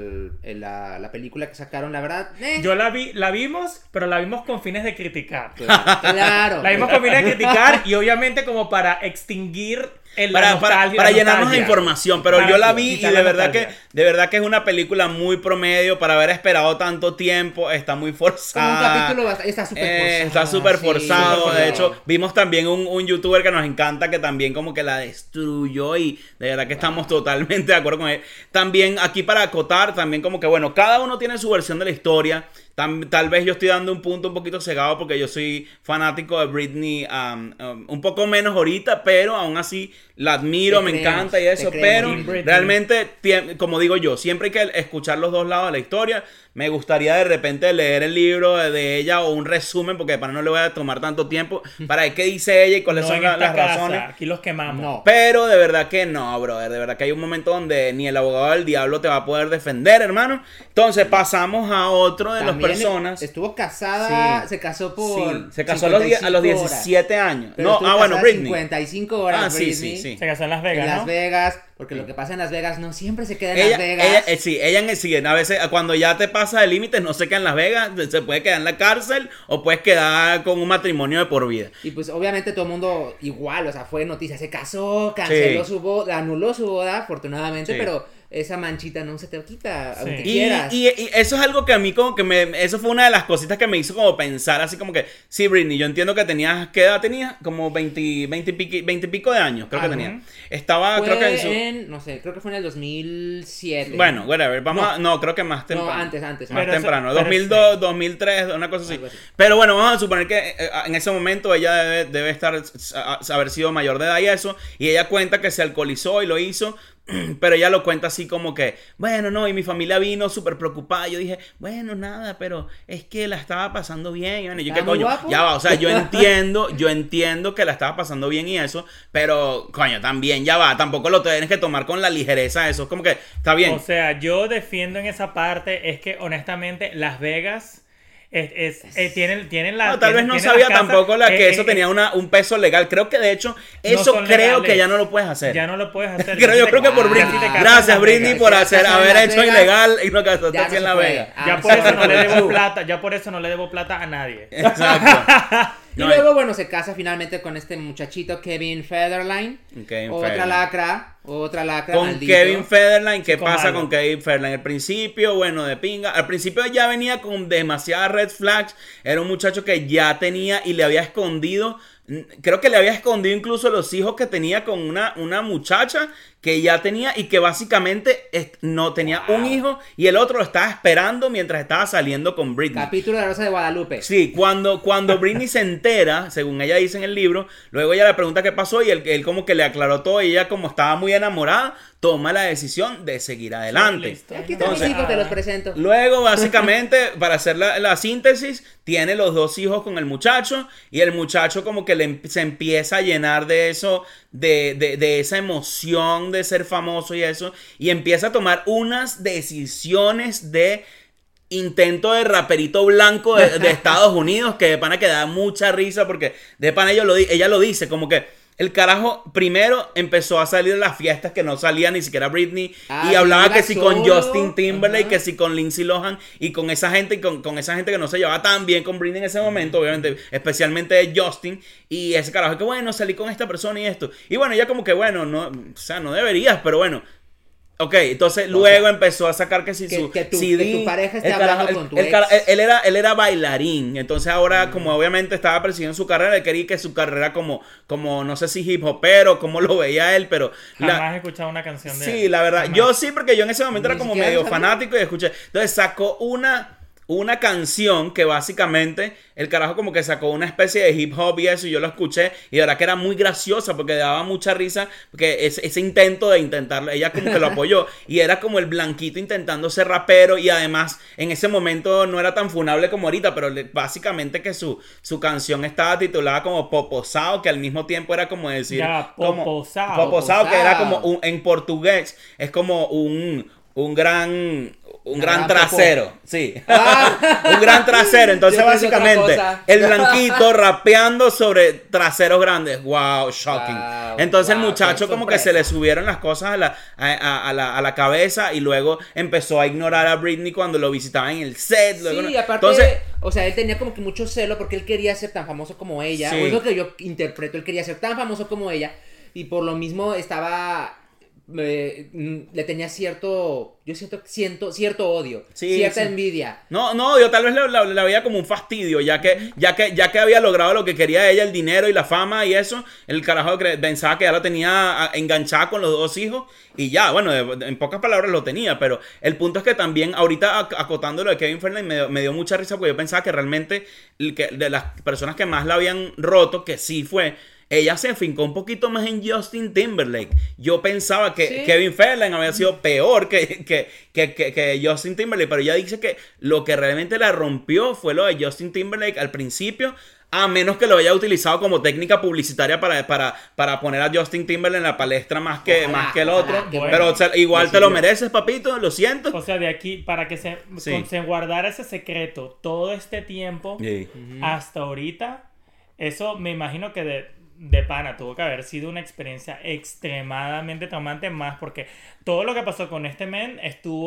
la película que sacaron, la verdad.
Yo la vimos, pero la vimos con fines de criticar.
Claro.
La vimos con fines de criticar y obviamente como para extinguir
para llenarnos de información, pero yo la vi y de verdad que es una película muy promedio para haber esperado tanto tiempo, está muy forzada.
Un capítulo está súper forzado.
Está súper forzado, de hecho, vimos también un youtuber que nos encanta que también como que la destruyó y de verdad que estamos totalmente de acuerdo con él. También aquí para acotar, también como que bueno, cada uno tiene su versión de la historia. Tal vez yo estoy dando un punto un poquito cegado porque yo soy fanático de Britney un poco menos ahorita, pero aún así la admiro, me encanta y eso, pero realmente, como digo yo, siempre hay que escuchar los dos lados de la historia. Me gustaría de repente leer el libro de ella o un resumen, porque para no le voy a tomar tanto tiempo, para ver qué dice ella y cuáles son las razones.
Aquí los quemamos.
No. Pero de verdad que no, brother. De verdad que hay un momento donde ni el abogado del diablo te va a poder defender, hermano. Entonces pasamos a otro de las personas.
Estuvo casada, se casó por.
Se casó a los 17 años.
Pero
bueno, Britney.
55 horas.
Sí.
Se casó en Las Vegas.
En Las Vegas. Porque lo que pasa en Las Vegas no siempre se queda en Las Vegas.
Ella a veces cuando ya te pasa de límites no se queda en Las Vegas, se puede quedar en la cárcel o puedes quedar con un matrimonio de por vida.
Y pues obviamente todo el mundo igual, o sea, fue noticia, se casó, canceló su boda, anuló su boda, afortunadamente, pero esa manchita no se te quita, aunque quieras.
Y eso es algo que a mí como que eso fue una de las cositas que me hizo como pensar así como que, sí, Britney, yo entiendo que tenías, ¿qué edad tenías? Como 20 y pico de años, creo que tenía. Estaba,
fue
creo que
no sé, creo que fue en el 2007.
Bueno, whatever, no, creo que más temprano.
No, antes.
Más temprano, 2002, 2003, una cosa así. Pero bueno, vamos a suponer que en ese momento ella debe haber sido mayor de edad y eso, y ella cuenta que se alcoholizó y lo hizo. Pero ella lo cuenta así como que, bueno, no, y mi familia vino súper preocupada. Yo dije, bueno, nada, pero es que la estaba pasando bien. Y bueno, yo, ¿qué coño? Guapo. Ya va, o sea, yo entiendo que la estaba pasando bien y eso, pero, coño, también ya va, tampoco lo tienes que tomar con la ligereza. Eso es como que, está bien.
O sea, yo defiendo en esa parte, es que honestamente, Las Vegas... tienen la.
No, tal vez no sabía tampoco que eso tenía un peso legal. Creo que de hecho, eso creo que ya no lo puedes hacer.
Ya no lo puedes hacer.
Yo creo que por Britney. Gracias, Britney, por haber hecho ilegal y lo que hace aquí en La Vega.
Ya por eso no le debo plata. Ya por eso no le debo plata a nadie.
Exacto.
Y luego, bueno, se casa finalmente con este muchachito Kevin Federline. Otra lacra.
Con
maldito.
Kevin Federline. ¿Qué pasa con Kevin Federline? Al principio, bueno, de pinga. Al principio ya venía con demasiadas red flags. Era un muchacho que ya tenía y le había escondido. Creo que le había escondido incluso los hijos que tenía con una muchacha que ya tenía y que básicamente no tenía un hijo y el otro lo estaba esperando mientras estaba saliendo con Britney.
Capítulo de La Rosa de Guadalupe.
Sí, cuando Britney se entera, según ella dice en el libro, luego ella le pregunta qué pasó y él como que le aclaró todo y ella como estaba muy muy enamorada, toma la decisión de seguir adelante.
Sí, aquí están mis hijos, te los presento.
Luego, básicamente, para hacer la síntesis, tiene los 2 hijos con el muchacho y el muchacho como que se empieza a llenar de eso, de esa emoción de ser famoso y eso, y empieza a tomar unas decisiones de intento de raperito blanco de Estados Unidos que de pana que da mucha risa porque de pana ella lo dice como que el carajo primero empezó a salir a las fiestas que no salía ni siquiera Britney y hablaba que si con Justin Timberlake, que si con Lindsay Lohan y con esa gente con esa gente que no se llevaba tan bien con Britney en ese momento, obviamente, especialmente Justin, y ese carajo que bueno, salí con esta persona y esto. Y bueno, ella como que bueno, no, o sea, no deberías, pero bueno. Ok, entonces luego empezó a sacar que si su CD,
que tu pareja esté hablando con tu ex.
Él era bailarín, entonces ahora como obviamente estaba persiguiendo su carrera, él quería que su carrera como no sé si hip hopero, como lo veía él, pero
jamás he escuchado una canción de él.
Sí, la verdad,
jamás.
Yo sí, porque yo en ese momento era como medio fanático y escuché, entonces sacó una canción que básicamente el carajo como que sacó una especie de hip hop y eso, y yo lo escuché y de verdad que era muy graciosa porque daba mucha risa porque ese intento de intentarlo, ella como que lo apoyó y era como el blanquito intentando ser rapero y además en ese momento no era tan funable como ahorita, pero básicamente que su canción estaba titulada como Poposao, que al mismo tiempo era como decir Poposao, que era como en portugués es como un gran trasero, sí. Un gran trasero. Entonces, básicamente, el blanquito rapeando sobre traseros grandes. Wow, shocking. Entonces, el muchacho como que se le subieron las cosas a la cabeza y luego empezó a ignorar a Britney cuando lo visitaba en el set. Luego,
sí, aparte, entonces, o sea, él tenía como que mucho celo porque él quería ser tan famoso como ella. Sí. O es lo que yo interpreto, él quería ser tan famoso como ella y por lo mismo estaba... le tenía cierto odio, cierta envidia.
No, yo tal vez la veía como un fastidio, ya que había logrado lo que quería ella, el dinero y la fama y eso, el carajo pensaba que ya la tenía enganchada con los 2 hijos y ya, bueno, en pocas palabras lo tenía, pero el punto es que también ahorita acotando lo de Kevin Federline me dio mucha risa porque yo pensaba que realmente de las personas que más la habían roto, que sí fue... Ella se afincó un poquito más en Justin Timberlake. Yo pensaba que Kevin Federline había sido peor que Justin Timberlake, pero ella dice que lo que realmente la rompió fue lo de Justin Timberlake al principio, a menos que lo haya utilizado como técnica publicitaria para poner a Justin Timberlake en la palestra más que el otro. Bueno, pero o sea, igual te lo mereces, papito, lo siento.
O sea, de aquí, para que se guardara ese secreto todo este tiempo, hasta ahorita, eso me imagino que de pana tuvo que haber sido una experiencia extremadamente traumante, más porque todo lo que pasó con este men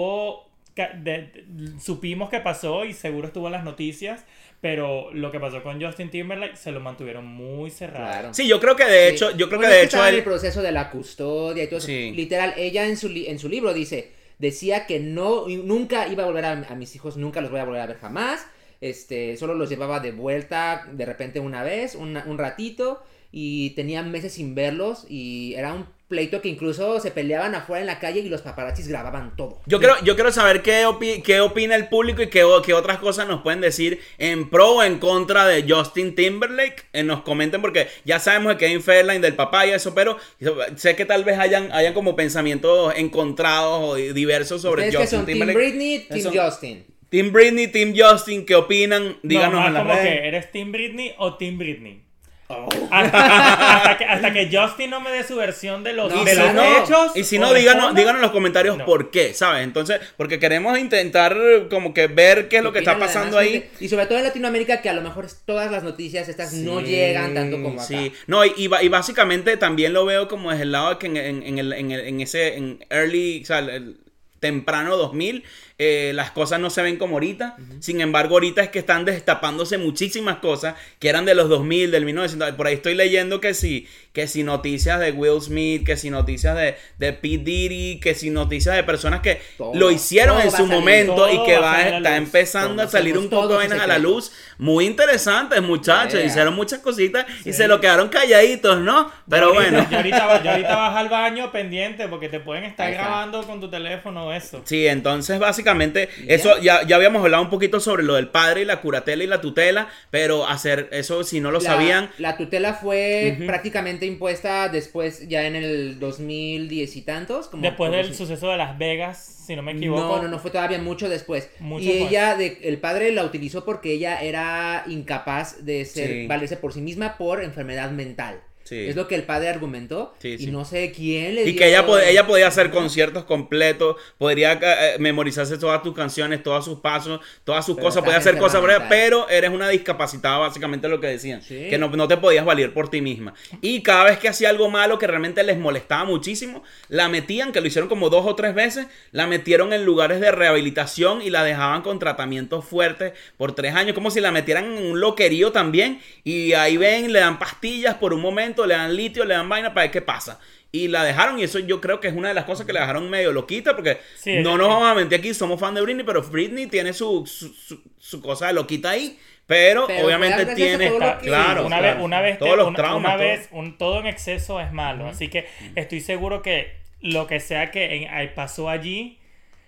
supimos que pasó y seguro estuvo en las noticias, pero lo que pasó con Justin Timberlake se lo mantuvieron muy cerrado.
Claro. Sí, yo creo que de hecho
estaba en el proceso de la custodia y todo eso. Literal, ella en su libro decía que nunca iba a volver a mis hijos, nunca los voy a volver a ver jamás. Solo los llevaba de vuelta de repente una vez, un ratito, y tenían meses sin verlos y era un pleito que incluso se peleaban afuera en la calle y los paparazzis grababan todo.
Yo quiero saber qué opina el público y qué otras cosas nos pueden decir en pro o en contra de Justin Timberlake. Nos comenten porque ya sabemos de Kevin Federline, del papá y eso, pero sé que tal vez hayan como pensamientos encontrados o diversos sobre Justin Timberlake.
Team Britney, Team Justin.
Team Britney, Team Justin, ¿qué opinan? Díganos en las redes.
Que ¿eres Team Britney o Team Britney? Oh. Hasta que Justin no me dé su versión de los hechos.
Y si no, díganos en los comentarios por qué, ¿sabes? Entonces, porque queremos intentar como que ver qué es lo que está pasando ahí.
Y sobre todo en Latinoamérica, que a lo mejor todas las noticias estas no llegan tanto como acá.
No, y básicamente también lo veo como desde el lado de que en early, o sea, el temprano 2000, las cosas no se ven como ahorita. Sin embargo, ahorita es que están destapándose muchísimas cosas que eran de los 2000, del 1900. Por ahí estoy leyendo que si noticias de Will Smith, que si noticias de P. Diddy, que si noticias de personas que lo hicieron en su momento y que está empezando a salir un poco de a la luz. Muy interesantes, muchachos. Hicieron muchas cositas y se lo quedaron calladitos, ¿no? Pero bueno.
Yo ahorita vas al baño pendiente porque te pueden estar grabando con tu teléfono todo eso.
Sí, entonces básicamente eso ya habíamos hablado un poquito sobre lo del padre y la curatela y la tutela, pero hacer eso si no lo sabían.
La tutela fue prácticamente impuesta después, ya en el 2010 y tantos. Como
después del suceso de Las Vegas, si no me equivoco.
No, fue todavía mucho después.
Mucho
y
más.
ella, el padre la utilizó porque ella era incapaz de valerse por sí misma por enfermedad mental.
Sí.
Es lo que el padre argumentó.
Sí,
y
sí.
no sé quién le dio.
Y que ella podía hacer conciertos completos, podría memorizarse todas tus canciones, todos sus pasos, todas sus cosas, podía hacer cosas por ella, pero eres una discapacitada, básicamente lo que decían. ¿Sí? Que no te podías valer por ti misma. Y cada vez que hacía algo malo que realmente les molestaba muchísimo, la metían, que lo hicieron como 2 o 3 veces, la metieron en lugares de rehabilitación y la dejaban con tratamientos fuertes por 3 años, como si la metieran en un loquerío también. Y ahí ven, le dan pastillas por un momento, le dan litio, le dan vaina para ver qué pasa. Y la dejaron, y eso yo creo que es una de las cosas que la dejaron medio loquita, porque no nos vamos a mentir aquí, somos fan de Britney, pero Britney tiene su cosa de loquita ahí, pero obviamente tiene, claro, todos los traumas.
Todo en exceso es malo, así que estoy seguro que lo que sea que pasó allí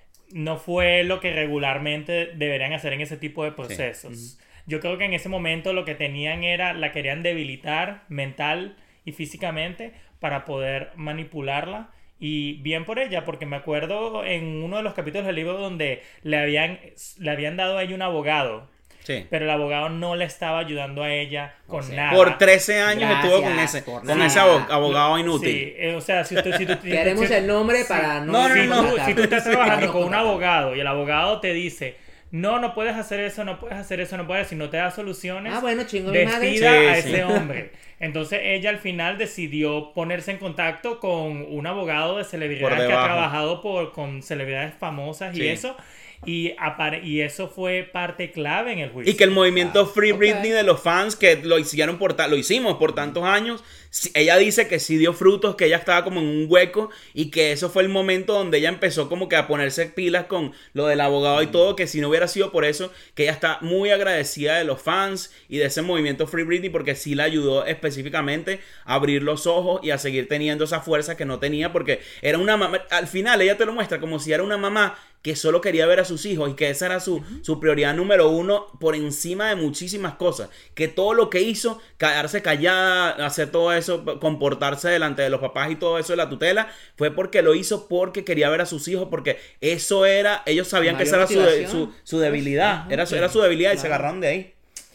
no fue lo que regularmente deberían hacer en ese tipo de procesos. Sí. Yo creo que en ese momento lo que tenían la querían debilitar mental y físicamente para poder manipularla. Y bien por ella, porque me acuerdo en uno de los capítulos del libro donde le habían dado a ella un abogado. Sí. Pero el abogado no le estaba ayudando a ella con nada.
Por 13 años estuvo con ese abogado inútil.
Sí, o sea, si tú
queremos el nombre para
si tú estás trabajando con un abogado y el abogado te dice: no puedes hacer eso, no puedes hacer eso, no puedes, si no te da soluciones, despida a ese hombre. Entonces ella al final decidió ponerse en contacto con un abogado de celebridades que ha trabajado con celebridades famosas y eso. Y eso fue parte clave en el juicio.
Y que el movimiento Free Britney de los fans que lo hicimos por tantos años, ella dice que sí dio frutos, que ella estaba como en un hueco y que eso fue el momento donde ella empezó como que a ponerse pilas con lo del abogado y todo, que si no hubiera sido por eso, que ella está muy agradecida de los fans y de ese movimiento Free Britney, porque sí la ayudó específicamente a abrir los ojos y a seguir teniendo esa fuerza que no tenía, porque era una mamá, al final ella te lo muestra como si era una mamá que solo quería ver a sus hijos y que esa era su prioridad número 1 por encima de muchísimas cosas. Que todo lo que hizo, quedarse callada, hacer todo eso, comportarse delante de los papás y todo eso de la tutela, fue porque lo hizo porque quería ver a sus hijos, porque eso era, ellos sabían que esa era su debilidad, era su debilidad y se agarraron de ahí.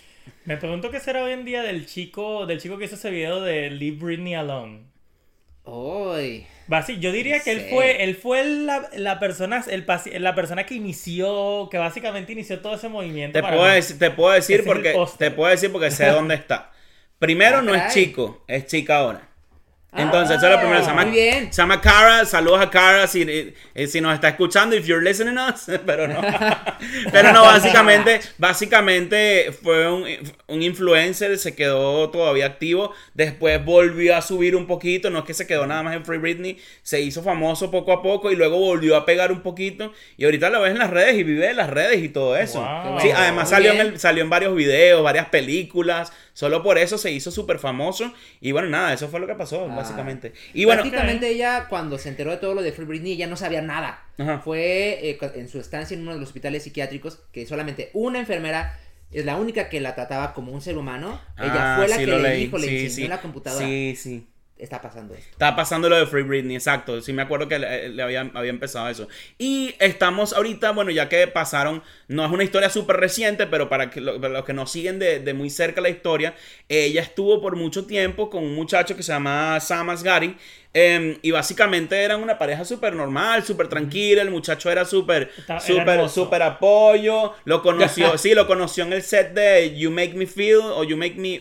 Me pregunto qué será hoy en día del chico que hizo ese video de Leave Britney Alone. Yo diría que él fue la persona que inició, que básicamente inició todo ese movimiento.
Te puedo decir porque sé dónde está. Primero no es chico, es chica ahora. Entonces, eso es lo primero. Se llama Cara. Saludos a Cara si nos está escuchando. If you're listening to us. Pero no, básicamente fue un influencer. Se quedó todavía activo. Después volvió a subir un poquito. No es que se quedó nada más en Free Britney. Se hizo famoso poco a poco. Y luego volvió a pegar un poquito. Y ahorita lo ves en las redes y vive de las redes y todo eso. Wow. Sí, además salió en varios videos, varias películas. Solo por eso se hizo súper famoso. Y bueno, nada, eso fue lo que pasó, básicamente. Y bueno,
prácticamente ella, cuando se enteró de todo lo de Free Britney, ya no sabía nada. Fue en su estancia en uno de los hospitales psiquiátricos, que solamente una enfermera es la única que la trataba como un ser humano. Ella fue la que le dijo, le enseñó la computadora.
Sí.
Está pasando esto.
Está pasando lo de Free Britney, exacto. Sí me acuerdo que le había empezado eso. Y estamos ahorita, bueno, ya que pasaron, no es una historia súper reciente, pero para los que nos siguen de muy cerca la historia, ella estuvo por mucho tiempo con un muchacho que se llama Sam Asghari. Y básicamente eran una pareja súper normal, súper tranquila. El muchacho era súper apoyo. Lo conoció en el set de You Make Me Feel o You Make Me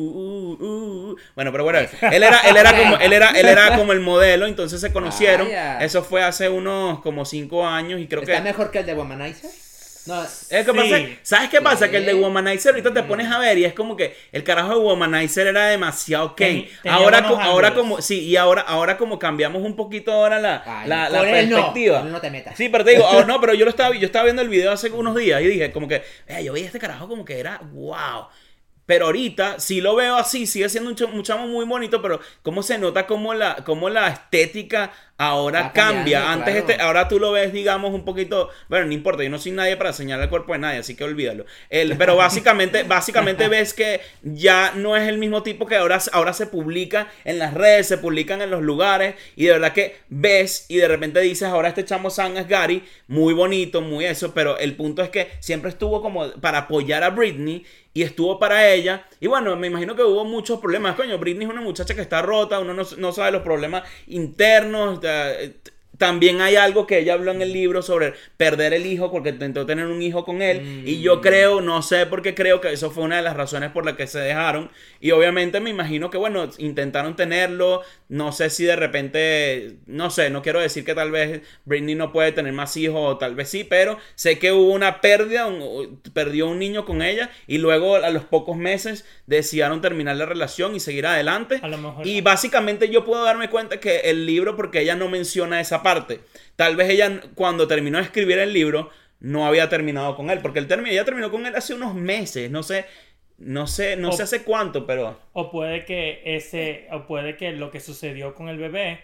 Bueno, pero bueno, él era como el modelo, entonces se conocieron. Eso fue hace unos como 5 años y creo que
¿está mejor que el de Womanizer?
No, ¿sabes qué pasa? Que el de Womanizer ahorita te pones a ver y es como que el carajo de Womanizer era demasiado Ken. Ahora como cambiamos un poquito ahora la perspectiva.
No te metas.
Sí, pero te digo, pero yo estaba viendo el video hace unos días y dije como que, yo veía este carajo como que era wow. Pero ahorita, si lo veo así, sigue siendo un chamo muy bonito, pero cómo se nota cómo la estética ahora cambia. Antes claro. Ahora tú lo ves, digamos, un poquito, bueno, no importa, yo no soy nadie para señalar el cuerpo de nadie, así que olvídalo. Pero básicamente ves que ya no es el mismo tipo que ahora se publica en las redes, se publican en los lugares, y de verdad que ves y de repente dices, ahora este chamo Sam Asghari, muy bonito, muy eso, pero el punto es que siempre estuvo como para apoyar a Britney, y estuvo para ella. Y bueno, me imagino que hubo muchos problemas. Coño, Britney es una muchacha que está rota. Uno no sabe los problemas internos. También hay algo que ella habló en el libro sobre perder el hijo porque intentó tener un hijo con él. Y yo creo, no sé por qué creo que eso fue una de las razones por las que se dejaron. Y obviamente me imagino que, bueno, intentaron tenerlo. No sé si de repente, no sé, no quiero decir que tal vez Britney no puede tener más hijos o tal vez sí, pero sé que hubo una pérdida, perdió un niño con ella y luego a los pocos meses decidieron terminar la relación y seguir adelante.
A lo mejor.
Y básicamente yo puedo darme cuenta que el libro, porque ella no menciona esa parte, tal vez ella cuando terminó de escribir el libro no había terminado con él, porque ella terminó con él hace unos meses, no sé hace cuánto, pero...
O puede que lo que sucedió con el bebé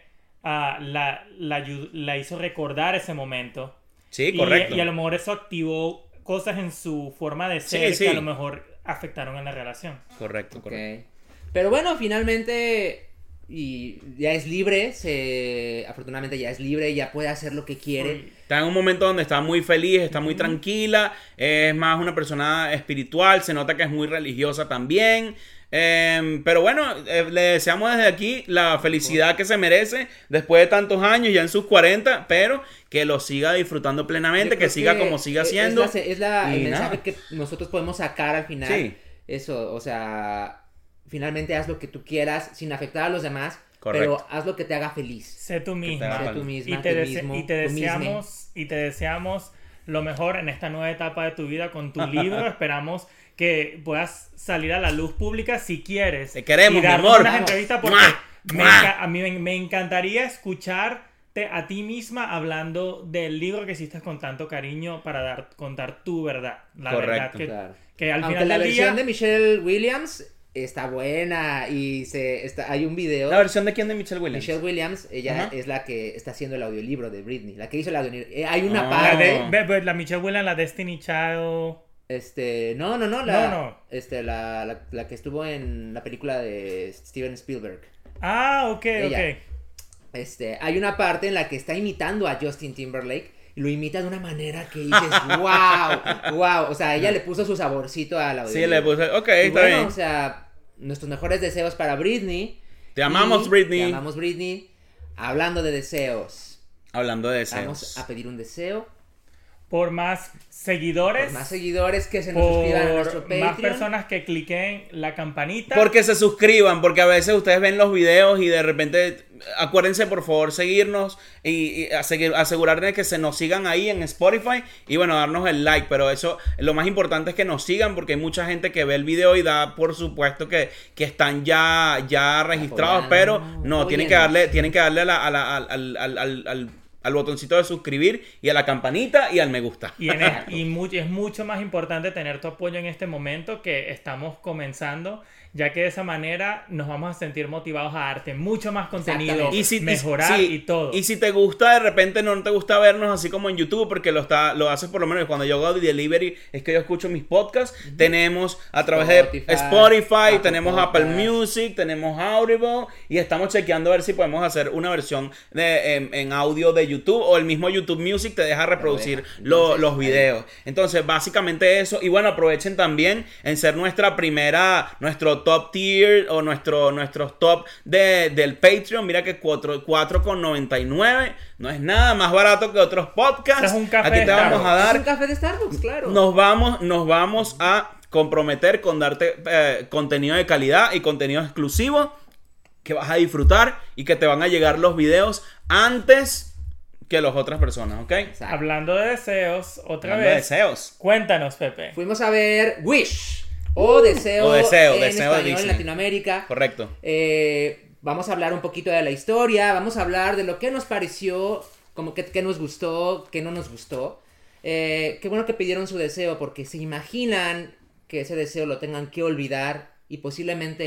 la hizo recordar ese momento.
Sí, correcto.
Y a lo mejor eso activó cosas en su forma de ser que a lo mejor afectaron en la relación.
Correcto.
Pero bueno, finalmente... Y ya es libre, afortunadamente ya es libre, ya puede hacer lo que quiere.
Está en un momento donde está muy feliz, está muy tranquila, es más una persona espiritual, se nota que es muy religiosa también. Pero bueno, le deseamos desde aquí la felicidad que se merece después de tantos años, ya en sus 40, pero que lo siga disfrutando plenamente, que siga como siga haciendo.
Es el mensaje que nosotros podemos sacar al final. Sí. Eso, o sea... Finalmente haz lo que tú quieras sin afectar a los demás. Correcto. Pero haz lo que te haga feliz.
Sé tú misma.
Sé tú misma.
Y te deseamos lo mejor en esta nueva etapa de tu vida con tu libro. Esperamos que puedas salir a la luz pública si quieres.
Te queremos, mi amor.
Unas entrevistas porque a mí me encantaría escucharte a ti misma hablando del libro que hiciste con tanto cariño para contar tu verdad. La verdad que al
Aunque
final
la
del
versión
día...
de Michelle Williams... está buena y hay un video.
¿La versión de quién? De Michelle Williams.
Michelle Williams, ella es la que está haciendo el audiolibro de Britney, la que hizo el audiolibro. Hay una parte.
La Michelle Williams, la Destiny Child.
No. La que estuvo en la película de Steven Spielberg.
Ok.
Hay una parte en la que está imitando a Justin Timberlake. Y lo imita de una manera que dices, wow. O sea, ella le puso su saborcito al audio.
Sí, le puso, está bien.
O sea, nuestros mejores deseos para Britney.
Te amamos, Britney.
Te amamos, Britney. Hablando de deseos.
Vamos
a pedir un deseo.
Por más seguidores.
Que se nos suscriban a nuestro Patreon.
Más personas que cliquen la campanita.
Porque se suscriban, porque a veces ustedes ven los videos y de repente, acuérdense por favor seguirnos y asegurarnos de que se nos sigan ahí en Spotify y bueno, darnos el like, pero eso, lo más importante es que nos sigan porque hay mucha gente que ve el video y da por supuesto que están ya registrados, pero no, tienen que darle al botoncito de suscribir y a la campanita y al me gusta.
Es mucho más importante tener tu apoyo en este momento que estamos comenzando, ya que de esa manera nos vamos a sentir motivados a darte mucho más contenido, mejorar y todo.
Y si te gusta, de repente no te gusta vernos así como en YouTube, porque lo haces por lo menos cuando yo hago delivery, es que yo escucho mis podcasts. Tenemos a través de Spotify, tenemos Apple Music, tenemos Audible y estamos chequeando a ver si podemos hacer una versión en audio de YouTube o el mismo YouTube Music te deja reproducir los videos. Entonces, básicamente eso. Y bueno, aprovechen también en ser nuestro top tier o nuestros top del Patreon. Mira que 4,99 no es nada, más barato que otros podcasts.
Es un café.
Aquí te vamos a dar.
Es un café de Starbucks, claro.
Nos vamos a comprometer con darte contenido de calidad y contenido exclusivo que vas a disfrutar y que te van a llegar los videos antes que las otras personas, ¿ok?
Exacto. Hablando de deseos, Cuéntanos, Pepe.
Fuimos a ver Wish. O Deseo en español en Latinoamérica.
Correcto.
Vamos a hablar un poquito de la historia. Vamos a hablar de lo que nos pareció, como que nos gustó, que no nos gustó. Qué bueno que pidieron su deseo, porque se imaginan que ese deseo lo tengan que olvidar y posiblemente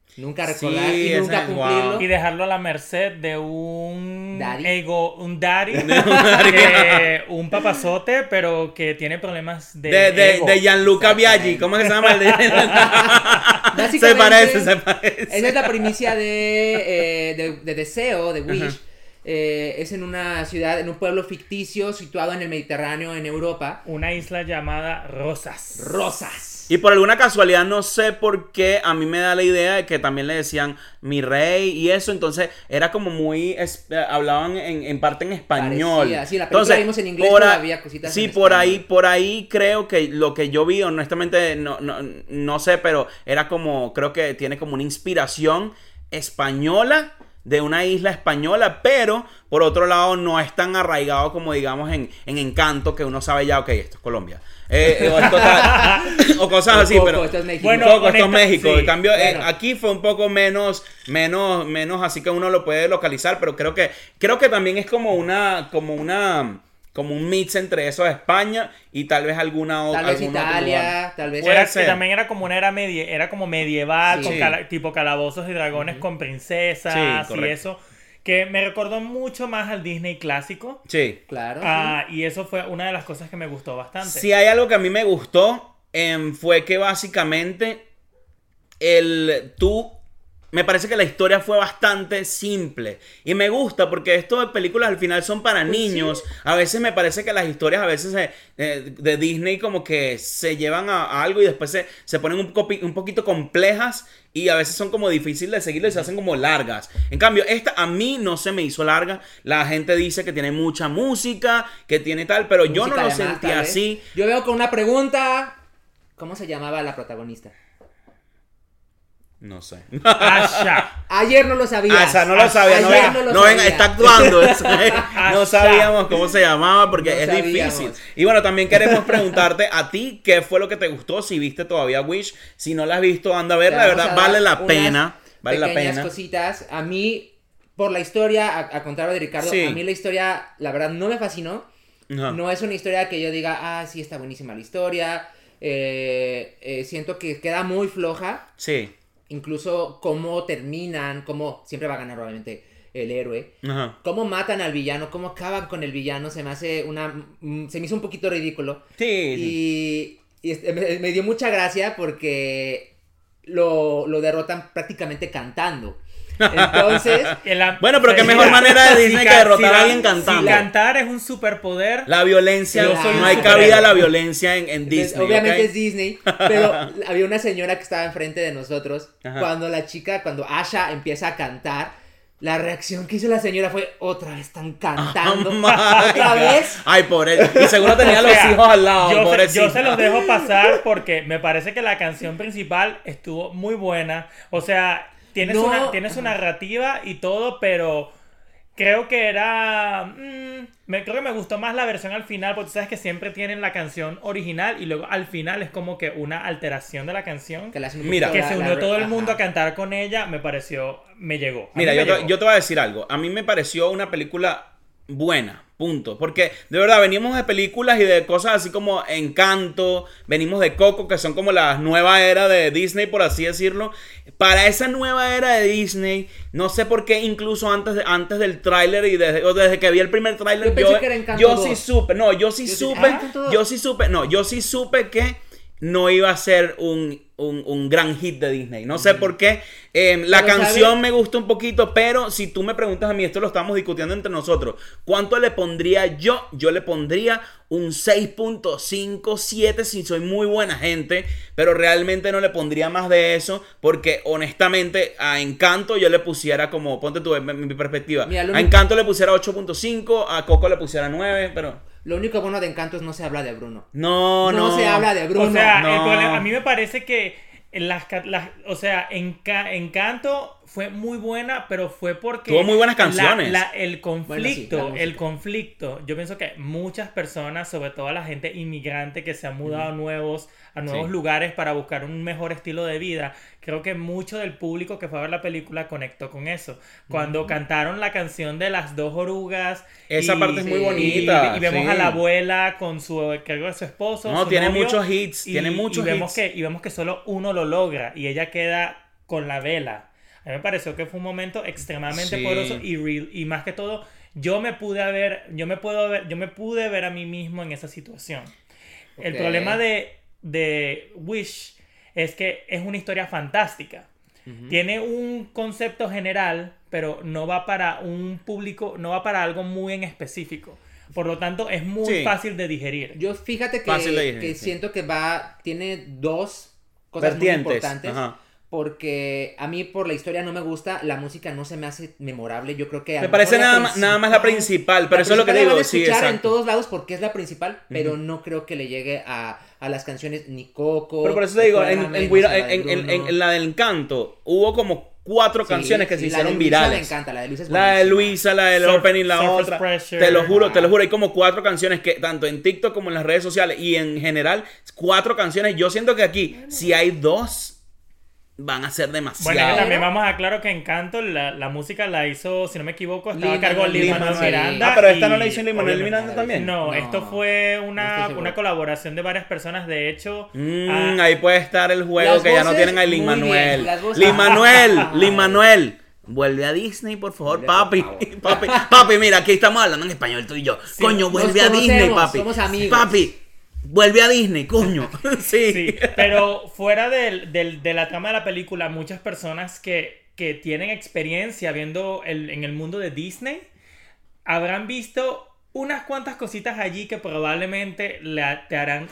Nunca recordar
Sí,
y nunca
ese-
cumplirlo.
wow.
Y dejarlo a la merced de un
Daddy.
un daddy, un papazote, pero que tiene problemas de ego.
De Gianluca Biaggi. ¿Cómo es que se llama el de?
Básicamente,
se parece.
esa es la primicia de Deseo, de Wish. Es en una ciudad, en un pueblo ficticio situado en el Mediterráneo, en Europa.
Una isla llamada Rosas.
Rosas.
Y por alguna casualidad, no sé por qué, a mí me da la idea de que también le decían mi rey y eso, entonces era como muy, hablaban en parte en español.
Parecía, sí, la película la vimos en inglés, pero había cositas
sí,
en
por
español.
por ahí creo que lo que yo vi, honestamente, no sé, pero era como, creo que tiene como una inspiración española, de una isla española, pero por otro lado no es tan arraigado como digamos en Encanto, que uno sabe ya, ok, esto es Colombia. O cosas así,
Coco,
pero
esto es México.
Bueno,
Coco, esto es México.
sí,
En cambio,
bueno.
aquí fue un poco menos así que uno lo puede localizar, pero creo que también es como un mix entre eso de España y tal vez alguna otra.
Tal vez Italia, tal vez...
Puede
Que
ser.
también era como una era era como medieval,
Sí.
con tipo calabozos y dragones con princesas
Sí,
y
correcto.
eso, que me recordó mucho más al Disney clásico.
Sí.
Claro.
Y eso fue una de las cosas que me gustó bastante.
Si hay algo que a mí me gustó, fue que básicamente me parece que la historia fue bastante simple. Y me gusta porque esto de películas al final son para niños. Sí. A veces me parece que las historias a veces de Disney como que se llevan a algo y después se ponen un poquito complejas. Y a veces son como difíciles de seguirlo y se hacen como largas. En cambio, esta a mí no se me hizo larga. La gente dice que tiene mucha música, que tiene tal, pero yo no lo sentí así.
Yo veo con una pregunta. ¿Cómo se llamaba la protagonista?
No sé.
Asha.
Ayer no lo sabía.
Asa, no lo sabía. No, venga, está actuando. No sabíamos cómo se llamaba porque no es sabíamos. Difícil. Y bueno, también queremos preguntarte a ti qué fue lo que te gustó, si viste todavía Wish. Si no la has visto, anda a verla. De verdad, vale la pena. Vale la pena.
Cositas. A mí, por la historia, a contrario de Ricardo, sí. A mí la historia, la verdad, no me fascinó. No es una historia que yo diga, sí, está buenísima la historia. Siento que queda muy floja.
Sí.
Incluso cómo terminan, cómo siempre va a ganar obviamente el héroe. Ajá. Cómo matan al villano, cómo acaban con el villano, se me hizo un poquito ridículo.
Sí.
Y me dio mucha gracia porque lo derrotan prácticamente cantando. Entonces,
bueno, pero qué mejor manera de Disney que derrotar a alguien cantando.
Si cantar es un superpoder.
La violencia, no hay cabida a la violencia en Disney.
Entonces, obviamente es Disney, pero había una señora que estaba enfrente de nosotros. Ajá. Cuando Asha empieza a cantar, la reacción que hizo la señora fue: otra vez están cantando. ¿Otra vez?
Ay, pobre. Y seguro tenía los hijos al lado.
Yo se los dejo pasar porque me parece que la canción principal estuvo muy buena. O sea, tienes una narrativa y todo, pero creo que creo que me gustó más la versión al final, porque tú sabes que siempre tienen la canción original y luego al final es como que una alteración de la canción.
Que se
unió todo el mundo a cantar con ella, me llegó.
Mira, yo te voy a decir algo. A mí me pareció una película buena. Punto. Porque de verdad venimos de películas y de cosas así como Encanto, venimos de Coco, que son como la nueva era de Disney, por así decirlo. Para esa nueva era de Disney, no sé por qué incluso antes del tráiler y desde que vi el primer tráiler, yo sí supe que no iba a ser un gran hit de Disney. No sé por qué. La canción me gusta un poquito, pero si tú me preguntas a mí, esto lo estamos discutiendo entre nosotros, ¿cuánto le pondría yo? Yo le pondría un 6.57 si soy muy buena gente, pero realmente no le pondría más de eso, porque honestamente a Encanto yo le pusiera como, ponte tú en mi perspectiva, a Encanto le pusiera 8.5, a Coco le pusiera 9, pero...
Lo único bueno de Encanto es no se habla de Bruno.
No
se habla de Bruno.
O sea, a mí me parece que Encanto fue muy buena, pero fue porque
tuvo muy buenas canciones.
El conflicto. Yo pienso que muchas personas, sobre todo la gente inmigrante que se ha mudado a nuevos lugares para buscar un mejor estilo de vida, creo que mucho del público que fue a ver la película conectó con eso. Cuando cantaron la canción de las dos orugas,
esa parte es muy bonita.
Y vemos a la abuela con su esposo.
No, tiene
novio,
muchos hits.
Y vemos que solo uno lo logra y ella queda con la vela. A mí me pareció que fue un momento extremadamente poderoso y más que todo, yo me pude ver a mí mismo en esa situación. El problema de Wish es que es una historia fantástica. Tiene un concepto general, pero no va para un público, no va para algo muy en específico. Por lo tanto, es muy fácil de digerir.
Yo fíjate que siento que tiene dos cosas muy importantes. Porque a mí por la historia no me gusta, la música no se me hace memorable. Yo creo que
me parece nada más la principal, pero eso es lo que digo.
La van a escuchar en todos lados porque es la principal, pero no creo que le llegue a las canciones ni Coco.
Pero por eso te digo, en la del Encanto hubo como 4 canciones que se hicieron virales.
Me encanta, la de Luisa es
la de Luisa, la del opening, la otra. Pressure. Te lo juro, hay como 4 canciones que tanto en TikTok como en las redes sociales y en general 4 canciones. Yo siento que aquí si hay 2 van a ser demasiado.
Bueno, también vamos a aclarar que Encanto, la música la hizo, si no me equivoco, estaba a cargo de Lin-Manuel Miranda.
Pero esta no la hizo Lin-Manuel Miranda también.
No, esto fue una colaboración de varias personas, de hecho.
Ahí puede estar el juego que ya no tienen a Lin-Manuel. Lin-Manuel. Vuelve a Disney, por favor, papi. Papi, mira, aquí estamos hablando en español tú y yo. Sí, coño, vuelve a Disney, papi.
Somos amigos.
Papi. Vuelve a Disney, coño.
Sí, pero fuera de la trama de la película, muchas personas que tienen experiencia viendo en el mundo de Disney habrán visto unas cuantas cositas allí que probablemente te harán...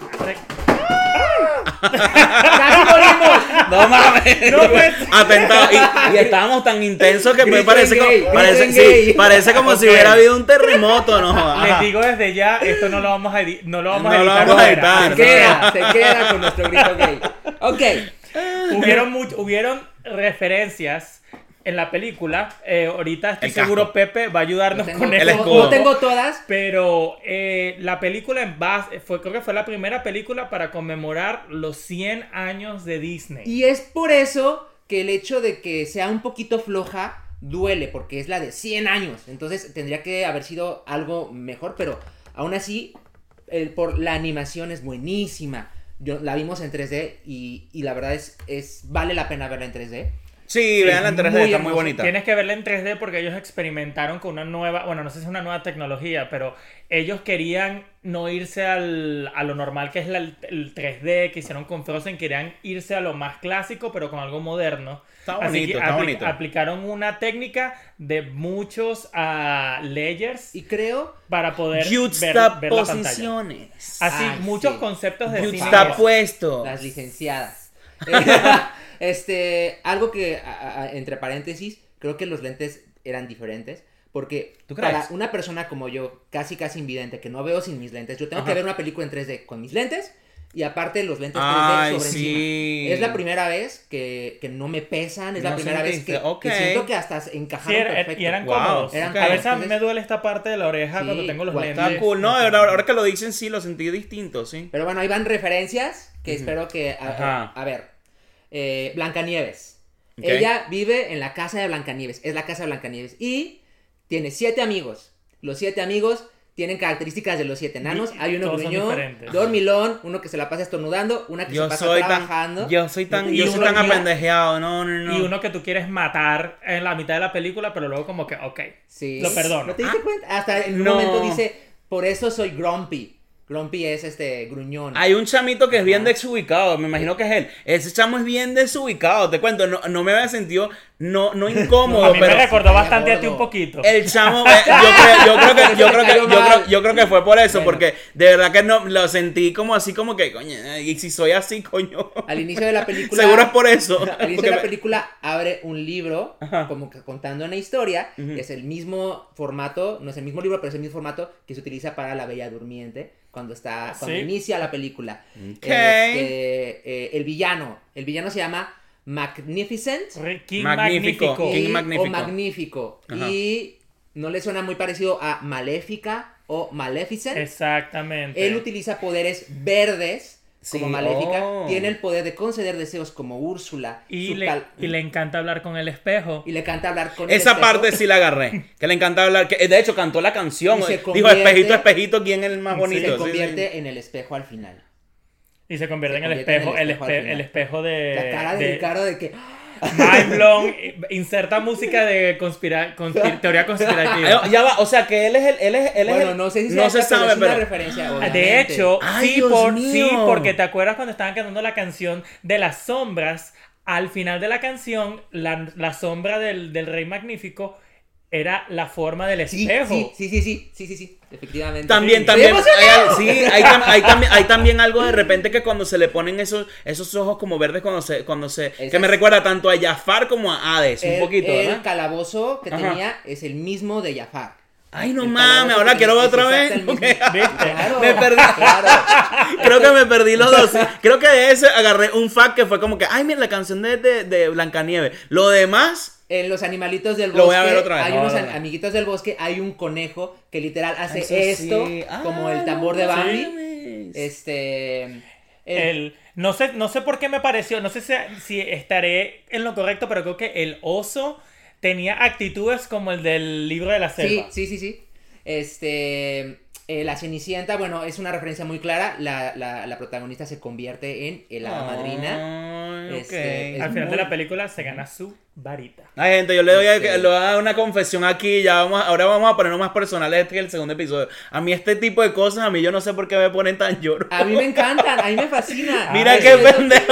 ¡Casi morimos!
No mames. No, pues. Atentado. Y estábamos tan intensos que parece como si hubiera habido un terremoto, ¿no?
Les digo desde ya, esto no lo vamos a editar.
Se queda con nuestro grito gay. Ok.
Hubieron referencias en la película. Ahorita estoy seguro Pepe va a ayudarnos con el escudo.
No tengo todas.
Pero la película creo que fue la primera película para conmemorar los 100 años de Disney.
Y es por eso que el hecho de que sea un poquito floja duele, porque es la de 100 años. Entonces tendría que haber sido algo mejor, pero aún así, por la animación es buenísima. La vimos en 3D y la verdad vale la pena verla en 3D.
Sí, veanla en 3D, está muy bonita.
Tienes que verla en 3D porque ellos experimentaron con una nueva, bueno, no sé si es una nueva tecnología, pero ellos querían no irse a lo normal que es el 3D que hicieron con Frozen, querían irse a lo más clásico, pero con algo moderno.
Está bonito, está bonito.
Aplicaron una técnica de muchos layers
y creo
para poder ver la pantalla. Así, muchos conceptos de cine.
Está puesto.
Las licenciadas. Algo que, entre paréntesis, creo que los lentes eran diferentes. Porque para una persona como yo, casi invidente, que no veo sin mis lentes, yo tengo que ver una película en 3D con mis lentes y aparte los lentes 3D sobre encima. Es la primera vez que no me pesan, es la primera vez que siento que hasta encajaron perfecto.
Y eran cómodos. A veces a mí me duele esta parte de la oreja cuando tengo los lentes.
Está cool, ¿no? Ahora que lo dicen, sí, lo sentí distinto, sí.
Pero bueno, ahí van referencias que espero que... A ver... Blancanieves. Ella vive en la casa de Blancanieves. Es la casa de Blancanieves. Y tiene 7 amigos. Los 7 amigos tienen características de los 7 enanos. Hay uno gruñón, dormilón, uno que se la pasa estornudando, una que se pasa trabajando.
Yo soy tan apendejeado. No.
Y uno que tú quieres matar en la mitad de la película, pero luego como que, lo perdono.
¿No te diste cuenta? Hasta en un momento dice, por eso soy grumpy. Grumpy es gruñón.
Hay un chamito que es bien desubicado, me imagino que es él. Ese chamo es bien desubicado, te cuento, no me había sentido no incómodo,
a mí me recordó bastante a ti un poquito.
El chamo, yo creo que fue por eso, porque de verdad que no lo sentí como así como que, coño, y si soy así, coño.
Al inicio de la película.
Seguro es por eso.
Al inicio de la película abre un libro, como que contando una historia, es el mismo formato, no es el mismo libro, pero es el mismo formato que se utiliza para La Bella Durmiente. Cuando inicia la película. El villano se llama Magnificent.
King Magnífico.
O Magnífico. Y no le suena muy parecido a Maléfica o Maleficent.
Exactamente.
Él utiliza poderes verdes como Maléfica. Tiene el poder de conceder deseos como Úrsula.
Y le encanta hablar con el espejo.
Esa parte sí la agarré. Que le encanta hablar. Que de hecho cantó la canción. Dijo, espejito, espejito, ¿quién es el más bonito?
Se convierte en el espejo al final.
Y se convierte en el espejo. El espejo de...
La cara de Ricardo de que...
mind blown, inserta música de teoría conspirativa.
Ya va, o sea que él es
bueno,
el...
no sé si
no se sabe,
es una
pero...
referencia, obviamente.
De hecho,
Ay,
sí,
Dios mío.
sí, porque te acuerdas cuando estaban cantando la canción de las sombras, al final de la canción, la sombra del Rey Magnífico era la forma del espejo.
Sí, efectivamente.
También, hay también algo de repente que cuando se le ponen esos ojos como verdes que me recuerda tanto a Jafar como a Hades, un poquito, ¿verdad?
El calabozo que tenía es el mismo de Jafar.
Ay, no mames, ahora quiero ver otra vez.
Claro,
Me perdí.
claro.
Creo que me perdí los dos. Creo que de ese agarré un fact que fue como que, ay, mira la canción de Blancanieves. Lo demás...
En los animalitos del bosque,
Lo voy a ver otra vez.
hay unos amiguitos del bosque, hay un conejo que literal hace esto,
sí.
como el tambor de Bambi.
No sé por qué me pareció, no sé si estaré en lo correcto, pero creo que el oso tenía actitudes como el del libro de la selva.
Sí. La Cenicienta, bueno, es una referencia muy clara. La protagonista se convierte en el hada madrina.
Okay.
Al final de la película se gana su varita.
Ay, gente, yo le voy a dar una confesión aquí. Ahora vamos a ponernos más personales en el segundo episodio. A mí este tipo de cosas, a mí yo no sé por qué me ponen tan lloro.
A mí me encantan, a mí me fascina.
Mira qué pendejo.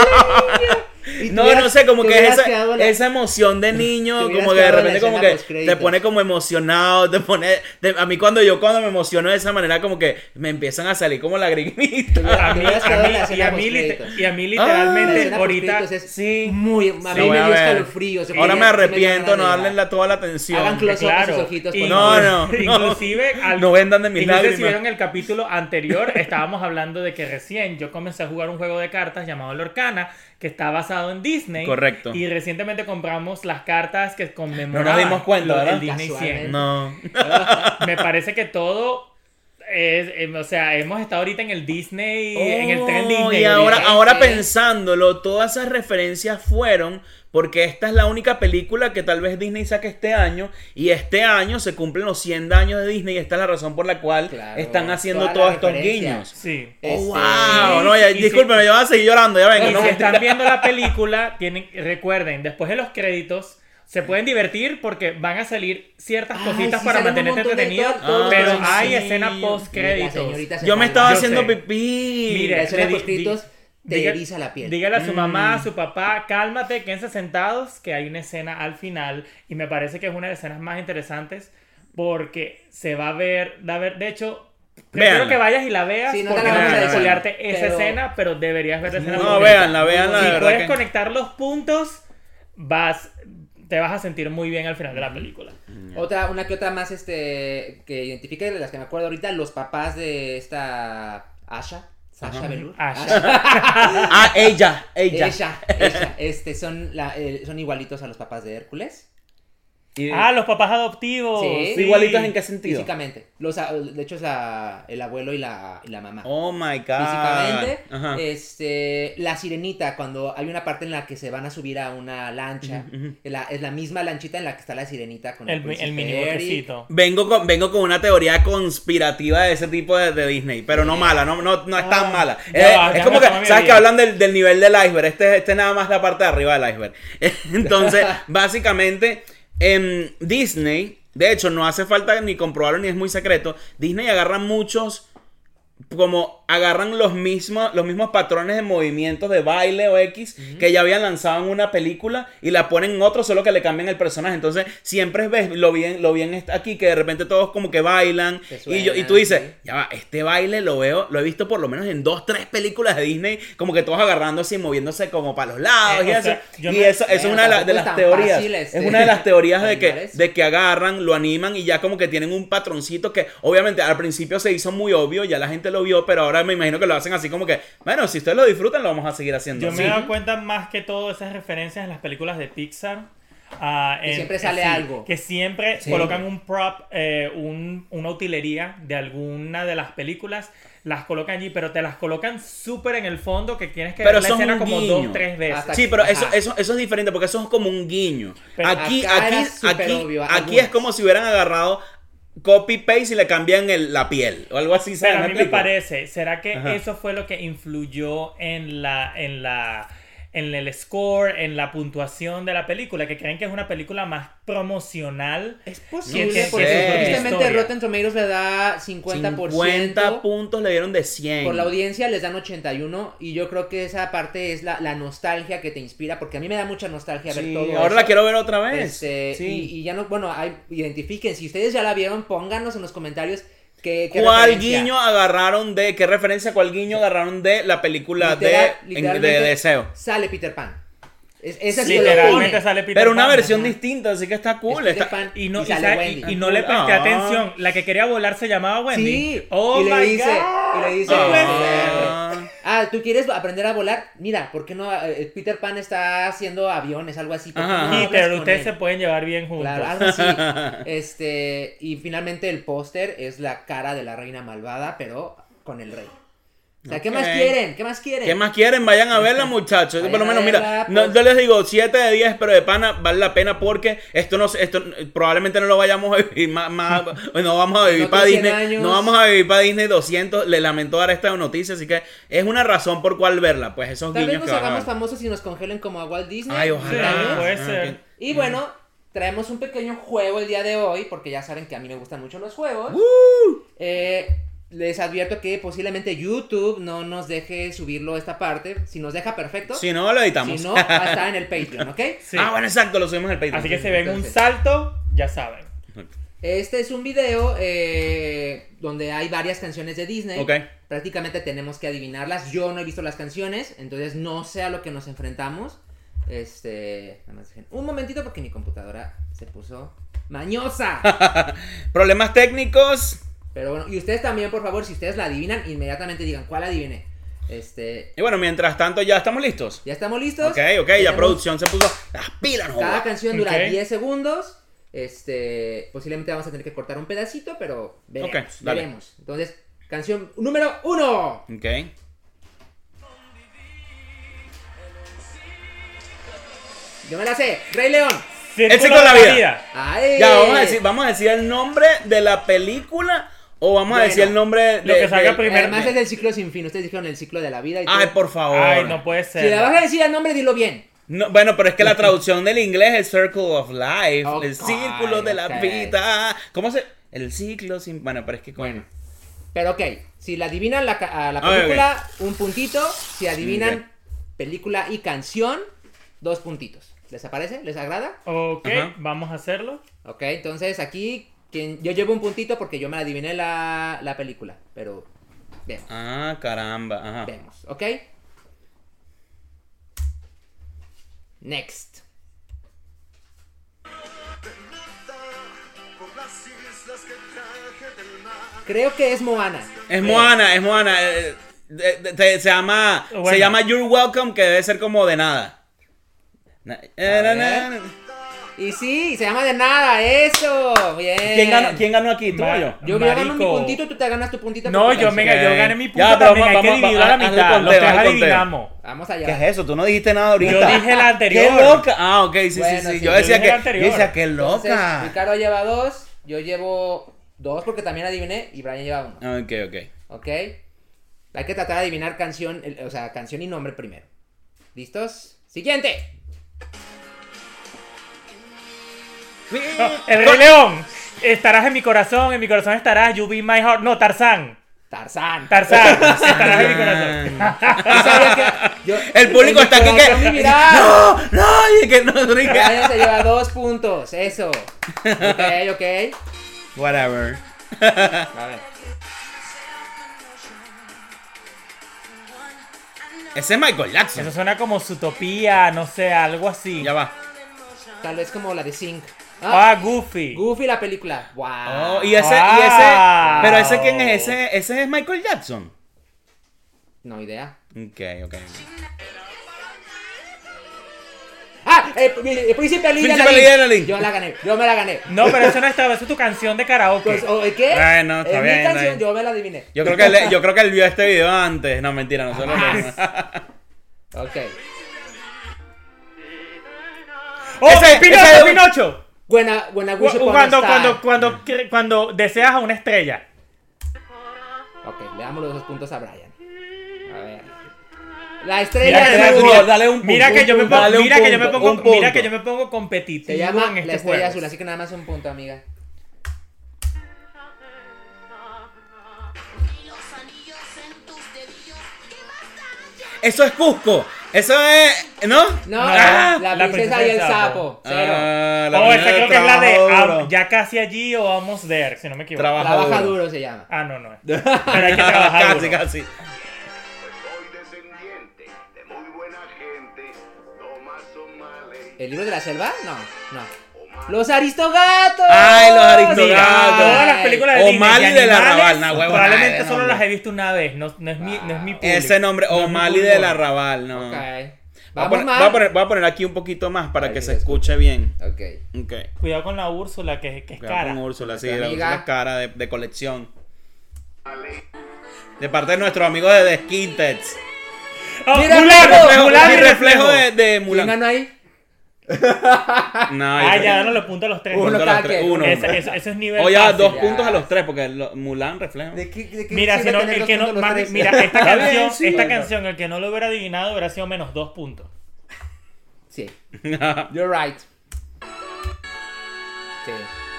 No sé, como que esa emoción de niño, como que de repente como que te pone como emocionado, a mí cuando me emociono de esa manera como que me empiezan a salir como lagrimitas.
A mí literalmente ahorita
sí, muy, a mí me dio escalofríos.
Ahora me arrepiento no darle toda la atención.
Hagan close a sus ojitos.
No.
Inclusive
no vendan de mis lágrimas.
Si vieron el capítulo anterior, estábamos hablando de que recién yo comencé a jugar un juego de cartas llamado Lorcana, que está basado en Disney.
Correcto.
Y recientemente compramos las cartas que conmemoran.
No nos dimos cuenta, ¿verdad?
El Disney 100.
No.
Me parece que todo o sea, hemos estado ahorita en el Disney, en el tren Disney.
Y ahora pensándolo, todas esas referencias fueron porque esta es la única película que tal vez Disney saque este año, y este año se cumplen los 100 años de Disney, y esta es la razón por la cual están haciendo todos estos guiños.
Sí.
Wow. No, discúlpeme, yo voy a seguir llorando, ya vengo.
Y si están viendo la película, recuerden, después de los créditos se pueden divertir porque van a salir ciertas cositas para mantenerte entretenido, pero hay escena post créditos.
Yo me estaba haciendo pipí.
Mira, escena post créditos te eriza la piel.
Dígale a su mamá, a su papá, cálmate, quédense sentados, que hay una escena al final, y me parece que es una de las escenas más interesantes porque se va a ver, de hecho, prefiero que vayas y la veas, porque no vamos a spoilearte esa escena, pero deberías ver la escena.
No, véanla.
Si puedes conectar los puntos, te vas a sentir muy bien al final de la película.
Una que otra más que identifique, de las que me acuerdo ahorita, los papás de esta Sasha Velour.
Ella.
Son igualitos a los papás de Hércules.
Los papás adoptivos.
Sí.
¿Igualitos en qué sentido?
Físicamente. De hecho, es el abuelo y la mamá.
Oh my God.
Físicamente. La Sirenita, cuando hay una parte en la que se van a subir a una lancha. Es la misma lanchita en la que está la Sirenita con el
mini botecito.
Vengo con una teoría conspirativa de ese tipo de Disney, pero no mala, no es tan mala. Es como que, ¿sabes que hablan del nivel del iceberg? Este es nada más la parte de arriba del iceberg. Entonces, básicamente, en Disney, de hecho, no hace falta ni comprobarlo ni es muy secreto. Disney agarra agarran los mismos patrones de movimientos de baile o X que ya habían lanzado en una película y la ponen en otro, solo que le cambian el personaje. Entonces siempre ves lo bien aquí, que de repente todos como que bailan y tú dices, ya va, este baile lo he visto por lo menos en 2-3 películas de Disney, como que todos agarrándose y moviéndose como para los lados eso es una de las teorías. Es una de las teorías de que agarran, lo animan y ya como que tienen un patroncito que obviamente al principio se hizo muy obvio, ya la gente lo vio, pero ahora me imagino que lo hacen así como que, bueno, si ustedes lo disfrutan, lo vamos a seguir haciendo.
Yo me he dado cuenta más que todo esas referencias en las películas de Pixar.
Que siempre sale algo.
Que siempre colocan un prop, una utilería de alguna de las películas, las colocan allí, pero te las colocan súper en el fondo, que tienes que ver la escena como 2-3 veces.
Sí, pero eso es diferente, porque eso es como un guiño.
Pero aquí
es como si hubieran agarrado copy-paste y le cambian la piel o algo así.
Pero a mí me parece, ¿será que eso fue lo que influyó en en el score, en la puntuación de la película, que creen que es una película más promocional.
Es posible, porque justamente Rotten Tomatoes le da 50%.
50 puntos le dieron de 100.
Por la audiencia les dan 81, y yo creo que esa parte es la nostalgia que te inspira, porque a mí me da mucha nostalgia ver todo
ahora
eso.
la quiero ver otra vez.
Y ya no, bueno, identifiquen, si ustedes ya la vieron, pónganos en los comentarios
¿cuál guiño agarraron de, qué referencia, cuál guiño agarraron de la película de Deseo?
Sale Peter Pan. Esa
literalmente sale Peter Pan.
Pero una versión distinta, así que está cool.
Y no le presté atención. La que quería volar se llamaba Wendy.
Sí.
Oh,
y le
my
dice,
God.
Y le dice, ¿tú quieres aprender a volar? Mira, ¿por qué no? Peter Pan está haciendo aviones, algo así.
No, pero ustedes se pueden llevar bien juntos.
Claro, algo así. Y finalmente el póster es la cara de la reina malvada, pero con el rey. O sea, ¿qué más quieren? ¿Qué más quieren?
¿Qué más quieren? Vayan a verla, muchachos. Por lo menos, mira, yo les digo 7 de 10, pero de pana vale la pena, porque esto probablemente no lo vayamos a vivir más no vamos a vivir para Disney. Años. No vamos a vivir para Disney 200. Le lamento dar esta noticia, así que es una razón por cuál verla. Pues esos
tal
guiños
vez nos hagamos famosos y nos congelen como a Walt Disney.
Ay, ojalá.
Sí, puede ser.
Y bueno, traemos un pequeño juego el día de hoy, porque ya saben que a mí me gustan mucho los juegos. Les advierto que posiblemente YouTube no nos deje subirlo esta parte. Si nos deja, perfecto.
Si no, lo editamos.
Si no, va a estar en el Patreon, ¿ok?
Sí.
Bueno, exacto, lo subimos en el Patreon.
Así que si ven un salto, ya saben.
Este es un video donde hay varias canciones de Disney.
Okay.
Prácticamente tenemos que adivinarlas. Yo no he visto las canciones, entonces no sé a lo que nos enfrentamos. Nada más un momentito porque mi computadora se puso mañosa.
Problemas técnicos.
Pero bueno, y ustedes también, por favor, si ustedes la adivinan, inmediatamente digan cuál adiviné.
Y bueno, mientras tanto, ¿ya estamos listos?
¿Ya estamos listos?
Ok, ya producción se puso las pilas.
Cada canción dura 10 segundos. Posiblemente vamos a tener que cortar un pedacito, pero veremos. Entonces, canción número 1.
Ok.
Yo me la sé, Rey León.
El ciclo de la vida.
Ay.
Ya, vamos a decir el nombre de la película. ¿O vamos a decir el nombre de
lo que salga primero?
Además es el ciclo sin fin. Ustedes dijeron el ciclo de la vida y
Ay, por favor.
Ay, no puede ser.
Si le vas a decir el nombre, dilo bien.
No, bueno, pero es que la traducción del inglés es Circle of Life. El círculo de la vida. ¿Cómo se...? El ciclo sin... Bueno, pero es que...
Bueno. Pero ok. Si la adivinan la película, un puntito. Si adivinan película y canción, 2 puntitos. ¿Les aparece? ¿Les agrada?
Ok, vamos a hacerlo.
Ok, entonces aquí... Yo llevo un puntito porque yo me adiviné la película, pero vemos.
Ah, caramba, ajá.
Vemos, ¿ok? Next. Creo que es Moana.
Es Moana. Se llama You're Welcome, que debe ser como de nada.
Y sí, se llama De Nada, eso. Bien.
¿Quién ganó aquí? ¿Tú o yo?
Yo gano mi puntito y tú te ganas tu puntito.
No, yo gané mi punto. Ya, pero hay que dividirlo a la mitad. Los tres adivinamos.
Vamos allá.
¿Qué es eso? Tú no dijiste nada ahorita.
Yo dije la anterior.
¡Qué loca! Ah, ok, sí. Yo decía qué loca.
Entonces, Ricardo lleva 2, yo llevo 2 porque también adiviné y Brian lleva 1. Ok. Hay que tratar de adivinar canción y nombre primero. ¿Listos? ¡Siguiente!
El Rey León. Estarás en mi corazón estarás. You Be My Heart. No, Tarzán. Estarás en mi corazón.
El público está aquí que... No,
Brian se lleva 2 puntos. Eso. Ok.
Whatever.
A ver.
Ese es Michael Jackson.
Eso suena como Zootopia, no sé, algo así.
Ya va.
Tal vez como la de Sync.
Goofy.
Goofy la película. Wow.
Y ese, pero ese ¿quién es? Ese es Michael Jackson.
No idea.
Ok.
Príncipe Lilian. Yo me la gané.
No, pero eso no estaba, eso es tu canción de karaoke.
Pues, ¿qué?
Bueno, está bien.
Mi canción, yo me la adiviné.
Yo creo que él vio este video antes. No, mentira, nosotros no.
Ok.
Pinocho. Cuando deseas a una estrella.
Ok, le damos los 2 puntos a Brian. A ver. La estrella azul.
Dale un punto.
Mira que yo me pongo competitivo
Se llama
en este
la estrella
juego.
azul, así que nada más un punto, amiga.
Eso es Cusco. Eso es. ¿No?
No,
Ah,
la princesa y el sapo. Cero.
Esta creo que es la de ya casi allí o vamos there, si no me equivoco.
Trabaja duro se llama.
Ah, no es. Pero hay que trabajar
Casi,
duro.
casi.
¿El libro de la selva? No. ¡Los Aristogatos!
¡Ay, los Aristogatos!
Mira, todas las películas de
O'Malley
Disney
de la
animales,
Raval, nah, huevo,
probablemente
nada,
solo
nombre.
las he visto una vez, no es mi público.
Ese nombre,
No es mi
O'Malley
público.
de la Raval, no.
Ok.
Voy
Vamos
a
mal.
poner aquí un poquito más para
Ay,
que
que
se
se
escuche bien.
Ok.
Ok.
Cuidado con la Úrsula, que es
Cuidado
cara.
con Úrsula, sí,
Nuestra
la
amiga.
Úrsula es cara de colección. De parte de nuestros amigos de The Skinheads.
Oh,
Mira,
Mulan,
Mi
mi
reflejo de
¿Quién
Mulan.
ganó ahí?
No,
Ah,
yo-
ya, no le punto a los tres.
Uno
Punto a
cada
los tres,
quien.
uno.
Ese es nivel
O ya,
fácil.
2
ya.
puntos a los 3, porque Mulan refleja.
¿De qué
Mira, si
sirve
no,
tener
el
los
que no,
puntos los tres?
mira, esta
Está bien,
canción,
sí,
esta
bueno.
canción, el que no lo hubiera adivinado hubiera sido menos 2 puntos.
Sí. You're right. Sí.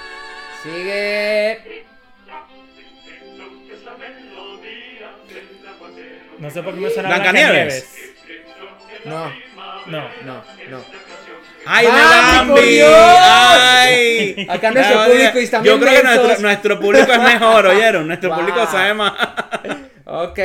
Sigue.
No sé por qué me suena
Blancanieves.
No.
No.
¡Ay,
¡Vamos, por
Bambi!
Dios!
¡Ay!
Acá nuestro
Ay,
público está
Yo
bien
creo que
mensos.
nuestro público es mejor, ¿oyeron? Nuestro
Wow.
público sabe más.
Ok.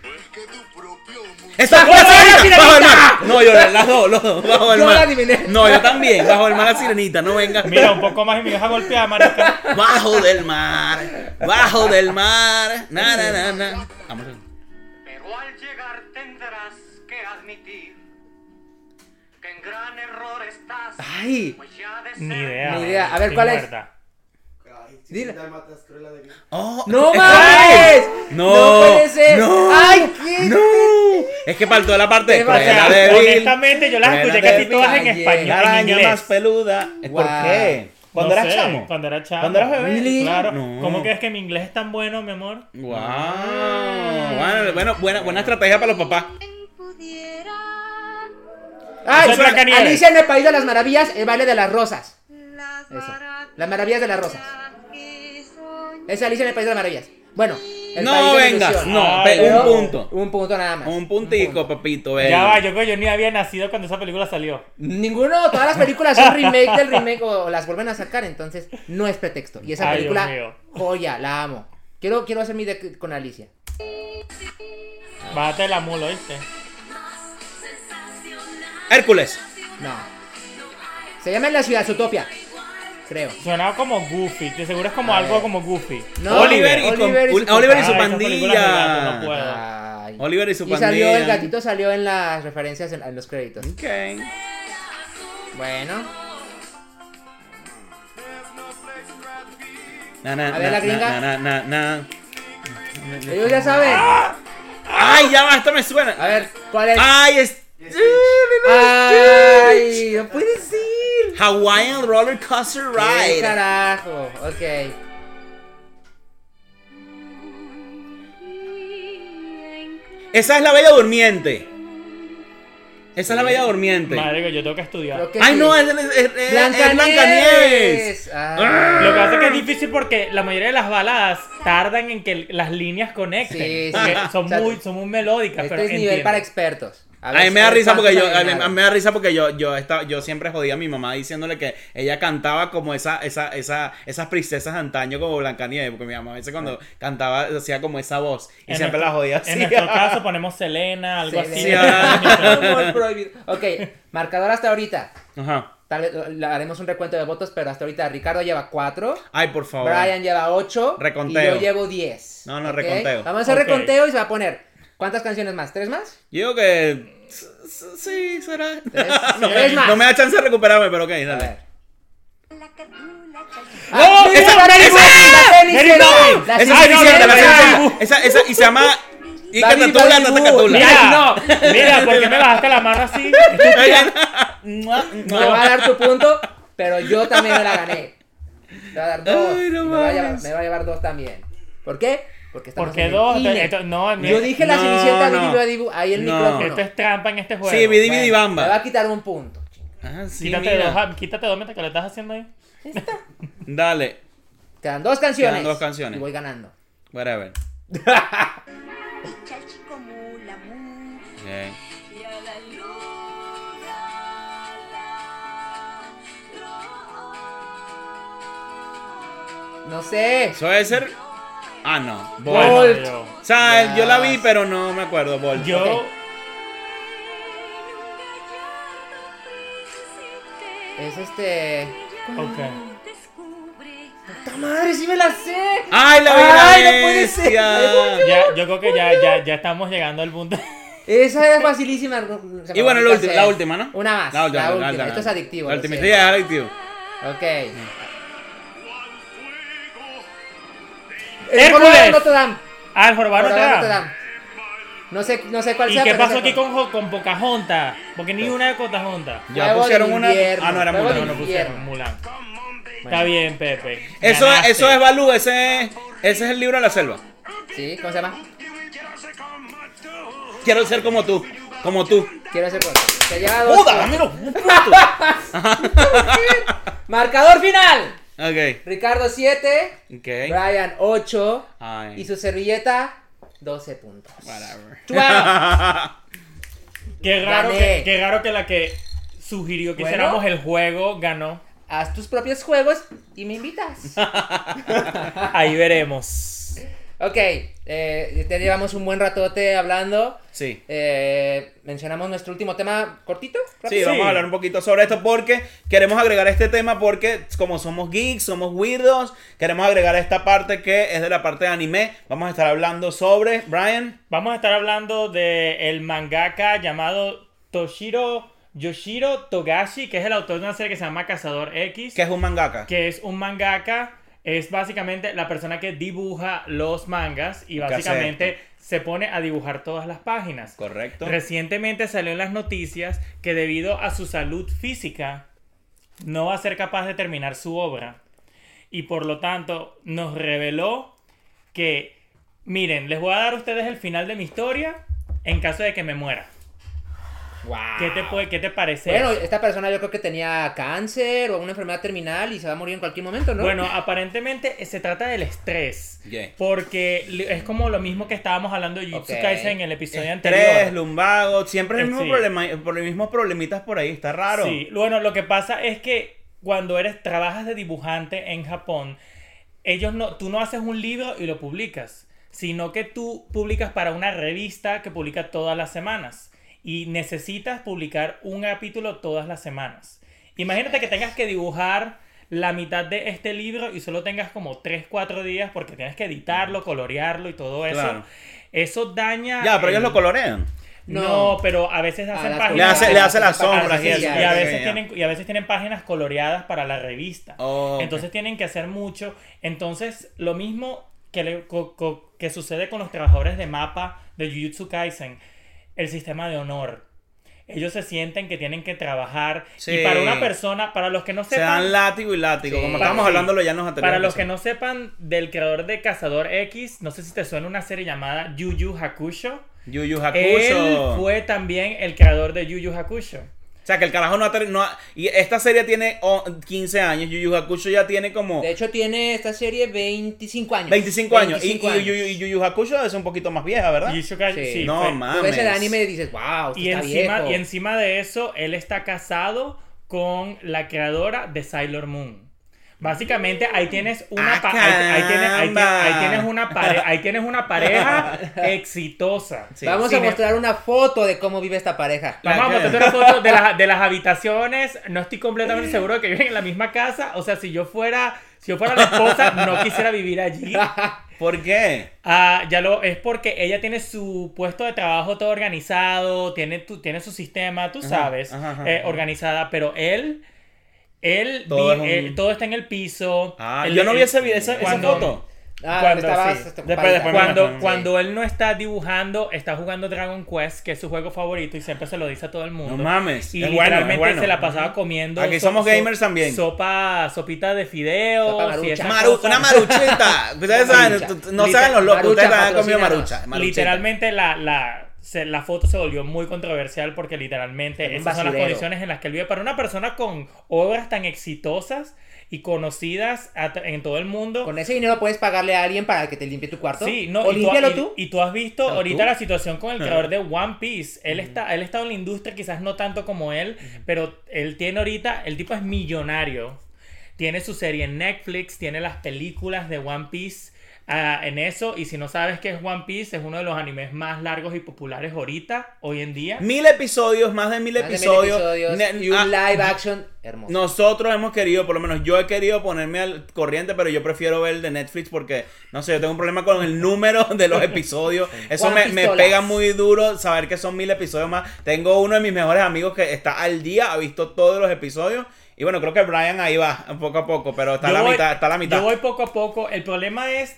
¡Eso es
¡Bajo
la
la
sirenita!
sirenita!
¡Bajo el mar! No, yo las dos, bajo el
Yo
mar.
la adiviné.
No, yo también, bajo el mar la sirenita, no venga.
Mira, un poco más y me deja golpear, marica.
Bajo del mar, bajo del mar. Na, na, na, na. Vamos.
Pero al llegar tendrás que admitir que en gran error estás.
Ay.
Pues ya de
Ni
ser
idea.
Ni idea. A ver,
Estoy
¿cuál es?
muerta.
Dile.
Oh,
¡No
¡ay!
mames!
No,
¡No puede ser!
no,
¡Ay, qué!
No, es que faltó la parte de
Qué bacán.
Cruella
O sea,
de Vil,
honestamente, yo las
Cruella
escuché
de
casi
Vil,
todas en
Ayer.
español,
la
en
araña
inglés.
más peluda. ¿Por
Wow.
qué? ¿Cuando
No
eras
sé,
chamo?
Cuando era chamo.
¿Cuando eras bebé?
Really?
Claro.
No.
¿Cómo crees que mi inglés es tan bueno, mi amor?
Wow. Bueno, buena estrategia para los papás.
¡Ay!
Eso es Blancanieves.
Alicia en el País de las Maravillas, el baile de las rosas. Eso. Las maravillas de las rosas. Es Alicia en el País de las Maravillas. Bueno, el
No
país de la
vengas,
ilusión.
no,
Ay,
un
Pero
punto.
Un punto nada más.
Un puntico,
punto.
papito.
Ya va, yo creo que yo ni había nacido cuando esa película salió.
Ninguno, todas las películas son remake del remake o las vuelven a sacar, entonces no es pretexto. Y esa
Ay,
película,
Dios mío.
joya, la amo. Quiero hacer mi deck con Alicia.
Bájate la mula, ¿viste?
Hércules.
No. Se llama En la ciudad Zootopia. Creo.
Sonaba como Goofy, de seguro es como
A
algo
ver.
como Goofy.
No,
Oliver y
Oliver y su
Oliver y
Ay,
su
esas películas de gato, no
pandilla.
puedo.
Ay.
Oliver y su
Y
pandilla.
salió, el gatito salió en las referencias en los créditos.
Ok.
Bueno.
Na, na,
A ver, la gringa.
na.
Ellos ya saben.
Ay, ya va, esto me suena.
A ver, ¿cuál es?
Ay, es.
Ay, no puede ser.
Hawaiian Roller Coaster
¿Qué
Ride.
carajo? Ok.
Esa es la Bella Durmiente. Esa es la Bella Durmiente.
Madre que yo tengo que estudiar.
Creo que
Ay,
sí.
no, es Blancanieves.
Ah.
Lo que pasa es que es difícil porque la mayoría de las baladas tardan en que las líneas conecten.
Sí, sí.
Porque
O sea,
son muy melódicas,
Este
pero
es nivel
entiendo.
para expertos.
A mí me da risa porque
¿cuántos
yo,
adivinaron?
me da risa porque yo siempre jodía a mi mamá diciéndole que ella cantaba como esas princesas de antaño como Blancanieves, porque mi mamá a veces cuando cantaba hacía como esa voz y
En
siempre
nuestro-
la jodía así.
En nuestro caso ponemos Selena, algo así.
Sí,
Sí, ah.
Amor prohibido. Ok, marcador hasta ahorita.
Ajá.
Tal vez le haremos un recuento de votos, pero hasta ahorita Ricardo lleva 4,
Ay, por favor.
Brian lleva 8
Reconteo.
y yo llevo 10.
No,
¿ok?
reconteo.
Vamos a hacer
Ok.
reconteo y se va a poner. ¿Cuántas canciones más? ¿3 más?
Yo digo que sí, será.
¿Tres?
No,
¿Tres más?
no me da chance de recuperarme, pero ok,
A
dale.
ver.
¡No!
mira,
¡Esa-
Mary
esa-
Poppins, la Cenicienta,
¡No!
la
Esa
Cenicienta.
Cenicienta, la
no,
Cenicienta. Esa, y se llama
Babi,
Icatatula,
Babi, Bu.
Tatatula.
Mira,
Mira,
no.
mira, ¿por qué me bajaste la mano así?
Te va a dar tu punto, pero yo también me la gané. Te va a dar 2.
Ay, no
me va a
mames.
llevar 2 también. ¿Por qué? Porque estamos
¿Por qué
en el
dos?
INE.
No,
Yo dije la Cenicienta, ahí el micrófono.
Esto es trampa en este juego.
Sí, Bidi
Me
Bamba.
va a quitar un punto.
Ah, sí,
Quítate
mira.
dos mientras que lo estás haciendo ahí.
Dale.
Quedan 2 canciones.
Quedan 2 canciones.
Y voy ganando.
Whatever.
Echa el chico mula, mu.
Okay.
Y a la luna.
No sé.
Eso debe ser. Ah, no.
Bolt.
Bolt.
Yo,
O sea,
Ya.
yo la vi, pero no me acuerdo. Bolt.
yo
Ok. Es
ok.
¡Puta madre, sí me la sé!
¡Ay, la
¡Ay,
vida
no puede ser!
Yo creo que ya estamos llegando al punto.
Esa es facilísima.
Y bueno, la última, ¿no?
Una más.
La última.
Esto es adictivo.
La
lo
última.
sé.
Sí, es adictivo.
Ok.
¡Hércules!
Jorobado de Notre Dame.
Ah, el jorobado
Jorobado de
no te
Notre
da.
Dame. No sé cuál
¿Y
sea.
qué
pero
pasó
sé
aquí
cuál.
con Pocahontas? Porque ni una de Pocahontas.
Ya
Huevo
pusieron
de
una.
invierno,
Ah, no, era
huevo
Mulan.
de
No
invierno.
pusieron.
Mulan. Está bien, Pepe.
Eso
Ganaste.
es Balú. Ese es el libro de la selva.
Sí, ¿cómo se llama?
Quiero ser como tú. Como tú.
Quiero hacer corto. Se lleva 2.
¡Joda! ¡Dame los puntos!
Marcador final.
Ok.
Ricardo 7.
Ok.
Brian 8.
Ay.
Y su servilleta 12 puntos.
Whatever.
12.
Qué raro
Gané.
qué raro que la que sugirió que
Bueno.
hiciéramos el juego ganó.
Haz tus propios juegos y me invitas.
Ahí veremos.
Ok, ya llevamos un buen ratote hablando.
Sí.
Mencionamos nuestro último tema cortito.
Sí,
rápido.
vamos a hablar un poquito sobre esto porque queremos agregar este tema porque como somos geeks, somos weirdos, queremos agregar esta parte que es de la parte de anime. Vamos a estar hablando sobre, Brian.
Vamos a estar hablando de el mangaka llamado Yoshiro Togashi, que es el autor de una serie que se llama Cazador X.
Que es un mangaka.
Que es un mangaka, es básicamente la persona que dibuja los mangas y
¿Qué hace
básicamente se pone a dibujar todas las páginas.
Correcto.
Recientemente salió en las noticias que debido a su salud física no va a ser capaz de terminar su obra y por lo tanto nos reveló que, miren, les voy a dar a ustedes el final de mi historia en caso de que me muera.
Wow.
¿Qué te parece?
Bueno, esta persona yo creo que tenía cáncer o una enfermedad terminal y se va a morir en cualquier momento, ¿no?
Bueno, aparentemente se trata del estrés.
Yeah.
Porque es como lo mismo que estábamos hablando de Jujutsu
Ok.
Kaisen en el episodio
Estrés,
anterior.
lumbago, siempre el mismo
Sí.
problema, por los mismos problemitas por ahí, está raro.
Sí, bueno, lo que pasa es que cuando trabajas de dibujante en Japón, tú no haces un libro y lo publicas, sino que tú publicas para una revista que publica todas las semanas. Y necesitas publicar un capítulo todas las semanas. Imagínate que tengas que dibujar la mitad de este libro y solo tengas como 3-4 días porque tienes que editarlo, colorearlo y todo eso.
Claro.
Eso daña...
Ya, pero ellos lo colorean.
No, pero a veces hacen
las
páginas...
Le hace las sombras y eso.
Y a veces
Ya.
tienen páginas coloreadas para la revista.
Oh, ok.
Entonces tienen que hacer mucho. Entonces, lo mismo que sucede con los trabajadores de mapa de Jujutsu Kaisen, el sistema de honor. Ellos se sienten que tienen que trabajar.
Sí.
Y para una persona, para los que no
Se
sepan...
dan látigo y látigo,
Sí.
como estábamos hablándolo ya en los anteriores.
Para los que
episodios.
no sepan del creador de Cazador X, no sé si te suena una serie llamada Yu Yu Hakusho.
Yu Yu
Él
Hakusho.
fue también el creador de Yu Yu Hakusho.
O sea, que el carajo y esta serie tiene 15 años. Yu Yu Hakusho ya tiene como
De hecho, tiene esta serie 25 años.
25 años.
25
Y Yu Yu Hakusho es un poquito más vieja, ¿verdad?
Jujutsu Kaisen,
Sí.
sí,
No,
fue-
mames.
Tú ves el anime y dices, wow, esto
Y
está
encima,
viejo.
y encima de eso, él está casado con la creadora de Sailor Moon. Básicamente ahí tienes una ahí tienes una pareja exitosa.
Sí.
Vamos
Sin
a mostrar una foto de cómo vive esta pareja.
Vamos a mostrarte una foto de las habitaciones. No estoy completamente seguro de que viven en la misma casa. O sea, si yo fuera la esposa, no quisiera vivir allí.
¿Por qué?
Es porque ella tiene su puesto de trabajo todo organizado, tiene su sistema, tú sabes,
ajá.
organizada, pero él
Todo es un-
todo está en el piso.
Yo no vi esa
cuando-
foto.
Cuando él no está dibujando, está jugando Dragon Quest, que es su juego favorito, y siempre se lo dice a todo el mundo.
No mames.
Y literalmente se la pasaba comiendo.
Aquí somos gamers también.
Sopita de fideos.
Una maruchita. Ustedes saben, no saben los locos. Ustedes han comido marucha.
Literalmente la foto se volvió muy controversial porque literalmente esas son las condiciones en las que él vive. Para una persona con obras tan exitosas y conocidas en todo el mundo.
Con ese dinero puedes pagarle a alguien para que te limpie tu cuarto.
Sí, no,
o límpialo tú.
Y tú has visto ahorita la situación con el creador de One Piece. Él ha estado en la industria, quizás no tanto como él, pero él tiene ahorita, el tipo es millonario. Tiene su serie en Netflix, tiene las películas de One Piece. En eso, y si no sabes qué es One Piece, es uno de los animes más largos y populares hoy en día.
1000 episodios, más de 1000 episodios.
Y un live action hermoso.
Nosotros hemos querido, por lo menos yo he querido ponerme al corriente, pero yo prefiero ver el de Netflix porque, no sé, yo tengo un problema con el número de los episodios. Eso me pega muy duro saber que son 1000 episodios más. Tengo uno de mis mejores amigos que está al día, ha visto todos los episodios. Y bueno, creo que Brian ahí va, poco a poco, pero está a la mitad.
Yo voy poco a poco. El problema es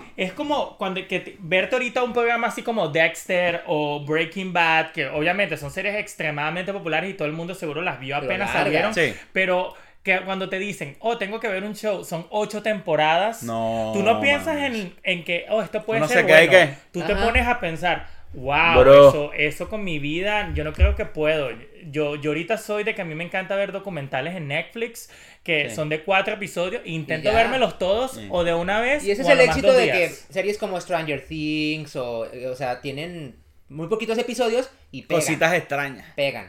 como verte ahorita un programa así como Dexter o Breaking Bad, que obviamente son series extremadamente populares y todo el mundo seguro las vio apenas salieron. Sí. Pero que cuando te dicen, tengo que ver un show, son 8 temporadas.
No,
tú no piensas en que, esto puede ser bueno. Tú te pones a pensar, wow, eso con mi vida, yo no creo que puedo. Yo ahorita soy de que a mí me encanta ver documentales en Netflix que son de 4 episodios. Intento vérmelos todos o de una vez.
Y ese es el éxito de que series como Stranger Things o sea, tienen muy poquitos episodios y pegan.
Cositas extrañas.
Pegan.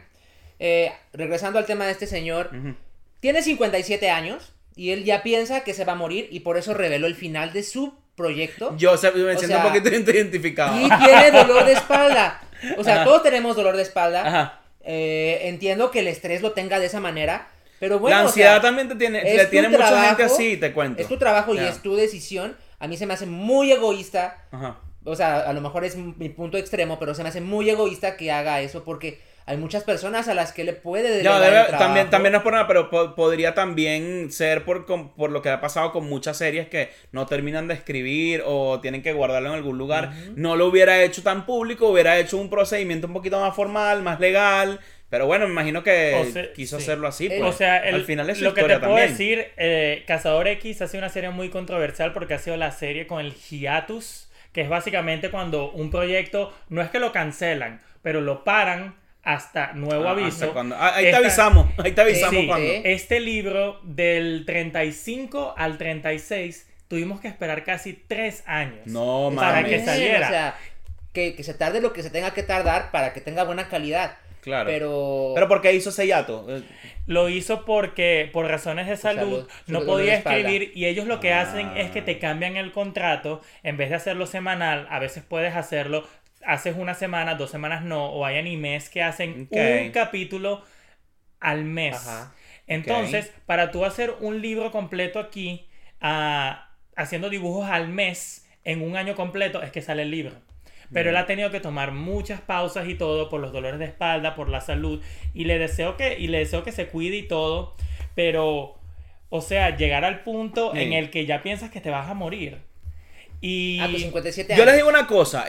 Regresando al tema de este señor, tiene 57 años y él ya piensa que se va a morir y por eso reveló el final de su proyecto.
Yo me siento un poquito identificado.
Y tiene dolor de espalda. O sea, todos tenemos dolor de espalda. Ajá. Entiendo que el estrés lo tenga de esa manera. Pero bueno,
la ansiedad también le tiene mucha gente así, te cuento.
Es tu trabajo y es tu decisión. A mí se me hace muy egoísta. Ajá. O sea, a lo mejor es mi punto extremo, pero se me hace muy egoísta que haga eso porque hay muchas personas a las que le puede delegar el trabajo.
También no es por nada, pero podría también ser por lo que ha pasado con muchas series que no terminan de escribir o tienen que guardarlo en algún lugar. No lo hubiera hecho tan público, hubiera hecho un procedimiento un poquito más formal, más legal. Pero bueno, me imagino que quiso hacerlo así. Pues.
Al final es su historia. Lo que te puedo decir, Cazador X ha sido una serie muy controversial porque ha sido la serie con el hiatus, que es básicamente cuando un proyecto, no es que lo cancelan, pero lo paran hasta nuevo aviso.
Ahí te avisamos cuando.
Este libro del 35 al 36 tuvimos que esperar casi 3 años para que saliera.
O sea, que se tarde lo que se tenga que tardar para que tenga buena calidad.
Claro. Pero ¿por qué hizo ese hiato?
Lo hizo porque por razones de salud no podía escribir y ellos lo que hacen es que te cambian el contrato. En vez de hacerlo semanal, a veces puedes hacerlo, haces una semana, 2 semanas no, o hay animes que hacen un capítulo al mes. Ajá. Entonces, para tú hacer un libro completo aquí, haciendo dibujos al mes, en un año completo, es que sale el libro. Pero él ha tenido que tomar muchas pausas y todo por los dolores de espalda, por la salud. Y le deseo que se cuide y todo. Pero, o sea, llegar al punto en el que ya piensas que te vas a morir. Y
a tus 57 años.
Yo les digo una cosa.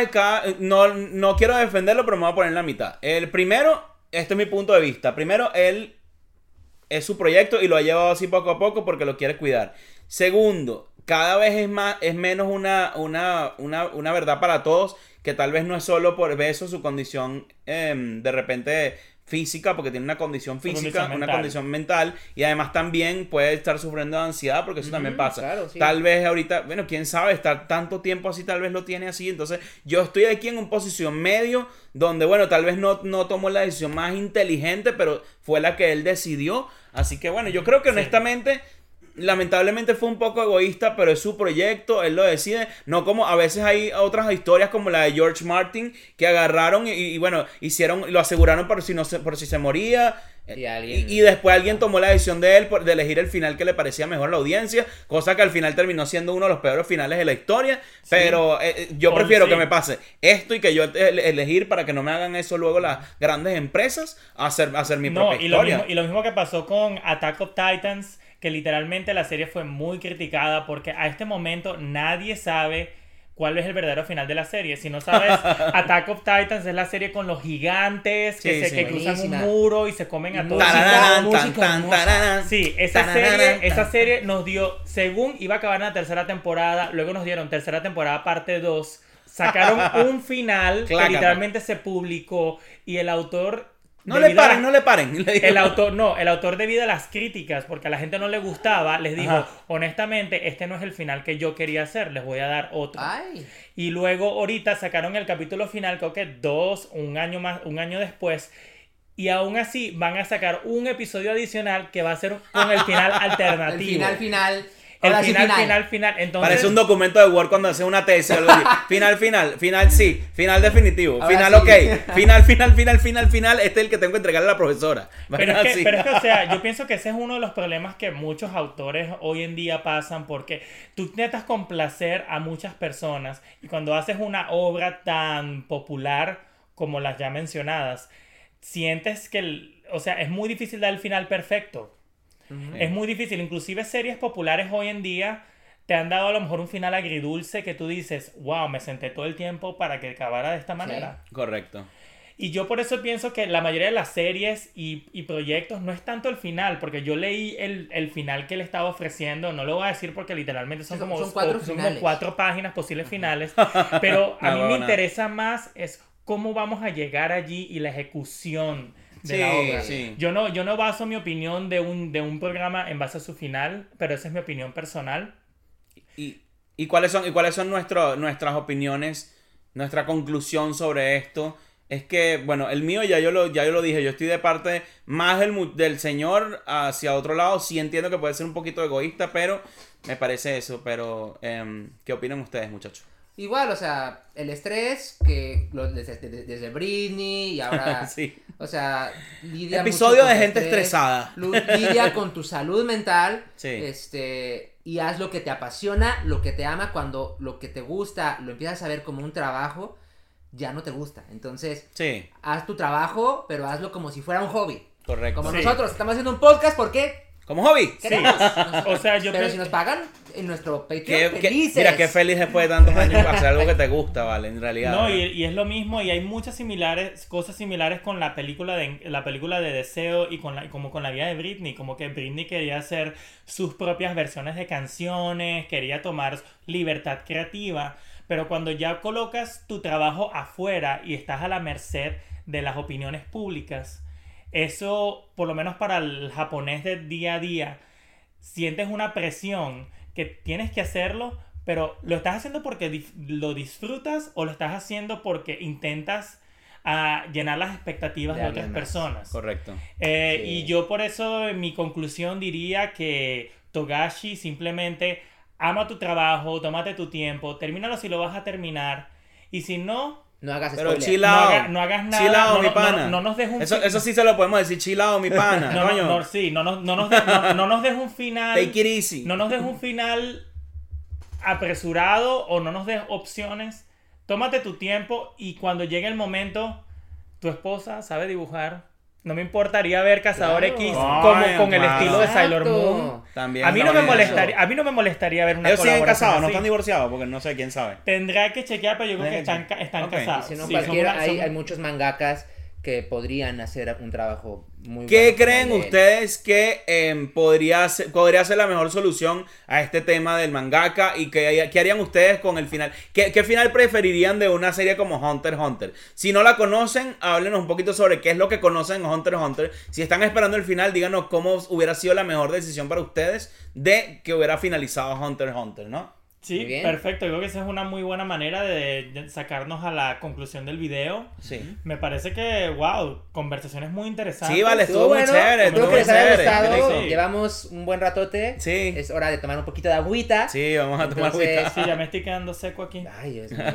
No quiero defenderlo, pero me voy a poner en la mitad. El primero, este es mi punto de vista. Primero, él es su proyecto y lo ha llevado así poco a poco porque lo quiere cuidar. Segundo, cada vez es menos una verdad para todos, que tal vez no es solo por eso su condición de repente física, porque tiene una condición física, una condición mental, y además también puede estar sufriendo de ansiedad, porque eso también pasa. Claro, sí. Tal vez ahorita, bueno, quién sabe, estar tanto tiempo así, tal vez lo tiene así. Entonces yo estoy aquí en una posición medio, donde bueno, tal vez no tomó la decisión más inteligente, pero fue la que él decidió. Así que bueno, yo creo que honestamente, lamentablemente fue un poco egoísta, pero es su proyecto, él lo decide. No como a veces hay otras historias como la de George Martin, que agarraron y bueno, lo aseguraron por si se moría. Y después alguien tomó la decisión de él de elegir el final que le parecía mejor a la audiencia, cosa que al final terminó siendo uno de los peores finales de la historia. Sí. Pero yo prefiero que me pase esto y que yo elegir, para que no me hagan eso luego las grandes empresas, hacer mi propia historia.
Y lo mismo que pasó con Attack of Titans, que literalmente la serie fue muy criticada porque a este momento nadie sabe cuál es el verdadero final de la serie. Si no sabes, Attack of Titans es la serie con los gigantes que cruzan un muro y se comen a todos. Sí, esa serie nos dio, según iba a acabar en la tercera temporada, luego nos dieron tercera temporada parte 2, sacaron un final que literalmente se publicó y el autor...
No le paren.
El autor debido a las críticas, porque a la gente no le gustaba, les dijo, honestamente, este no es el final que yo quería hacer, les voy a dar otro.
Ay.
Y luego ahorita sacaron el capítulo final, creo que un año después, y aún así van a sacar un episodio adicional que va a ser con el final alternativo.
El final.
El final. Entonces,
parece un documento de Word cuando hace una tesis. Final sí. Final definitivo.
Ahora
Final
sí.
Ok. Final. Este es el que tengo que entregarle a la profesora.
Pero es que, o sea, yo pienso que ese es uno de los problemas que muchos autores hoy en día pasan porque tú intentas complacer a muchas personas y cuando haces una obra tan popular como las ya mencionadas, sientes que, o sea, es muy difícil dar el final perfecto. Es muy difícil, inclusive series populares hoy en día te han dado a lo mejor un final agridulce que tú dices, wow, me senté todo el tiempo para que acabara de esta manera.
Correcto.
Y yo por eso pienso que la mayoría de las series y proyectos no es tanto el final, porque yo leí el final que él estaba ofreciendo, no lo voy a decir porque literalmente son como 4 páginas posibles finales, pero a mí me interesa más es cómo vamos a llegar allí y la ejecución de la obra. Sí. Yo no baso mi opinión de un programa en base a su final, pero esa es mi opinión personal.
¿Y cuáles son nuestras opiniones, nuestra conclusión sobre esto? Es que, bueno, el mío ya yo lo dije, yo estoy de parte más del señor hacia otro lado. Sí entiendo que puede ser un poquito egoísta, pero me parece eso. Pero, ¿qué opinan ustedes, muchachos?
Igual, o sea, el estrés que desde Britney y ahora,
sí.
O sea, lidia
episodio
mucho
de
con
gente
estrés,
estresada.
Lidia con tu salud mental,
sí.
Y haz lo que te apasiona, lo que te ama, cuando lo que te gusta lo empiezas a ver como un trabajo, ya no te gusta. Entonces,
sí.
Haz tu trabajo, pero hazlo como si fuera un hobby.
Correcto.
Como nosotros estamos haciendo un podcast, ¿por qué?
Como hobby.
Sí. O sea,
pero si nos pagan en nuestro Patreon, felices.
Mira, qué feliz después de tantos años hacer algo que te gusta, vale, en realidad.
No, y es lo mismo, y hay muchas cosas similares con la película de Deseo y como con la vida de Britney. Como que Britney quería hacer sus propias versiones de canciones, quería tomar libertad creativa, pero cuando ya colocas tu trabajo afuera y estás a la merced de las opiniones públicas, eso, por lo menos para el japonés de día a día, sientes una presión que tienes que hacerlo, pero ¿lo estás haciendo porque lo disfrutas o lo estás haciendo porque intentas llenar las expectativas de otras personas?
Correcto.
Sí. Y yo por eso en mi conclusión diría que Togashi simplemente ama tu trabajo, tómate tu tiempo, termínalo si lo vas a terminar, y si no...
No hagas
pero
spoiler.
chill out.
No hagas nada.
Chill out, mi pana.
No nos dejes un
eso sí se lo podemos decir. Chill out, mi pana.
no nos dejes un final.
Take it easy.
No nos dejes un final apresurado o no nos des opciones. Tómate tu tiempo y cuando llegue el momento, tu esposa sabe dibujar. No me importaría ver Cazador X como con el estilo de Sailor Moon.
También
a mí no me molestaría ver una
ellos siguen
colaboración
casados, no
así.
están divorciados, porque no sé, quién sabe.
Tendrá que chequear, pero yo creo que están
Okay.
casados.
Si no,
Sí,
hay muchos mangakas que podrían hacer un trabajo muy
¿Qué
bueno
creen
como el de él.
ustedes que podría ser la mejor solución a este tema del mangaka? ¿Y qué harían ustedes con el final? ¿Qué final preferirían de una serie como Hunter x Hunter? Si no la conocen, háblenos un poquito sobre qué es lo que conocen en Hunter x Hunter. Si están esperando el final, díganos cómo hubiera sido la mejor decisión para ustedes de que hubiera finalizado Hunter x Hunter, ¿no?
Sí, perfecto. Yo creo que esa es una muy buena manera de sacarnos a la conclusión del video.
Sí.
Me parece que, wow, conversaciones muy interesantes.
Sí, vale, estuvo muy chévere.
Espero que les haya gustado.
Sí.
Llevamos un buen ratote.
Sí.
Es hora de tomar un poquito de agüita.
Sí, vamos a tomar agüita.
Sí, ya me estoy quedando seco aquí.
Ay, Dios mío.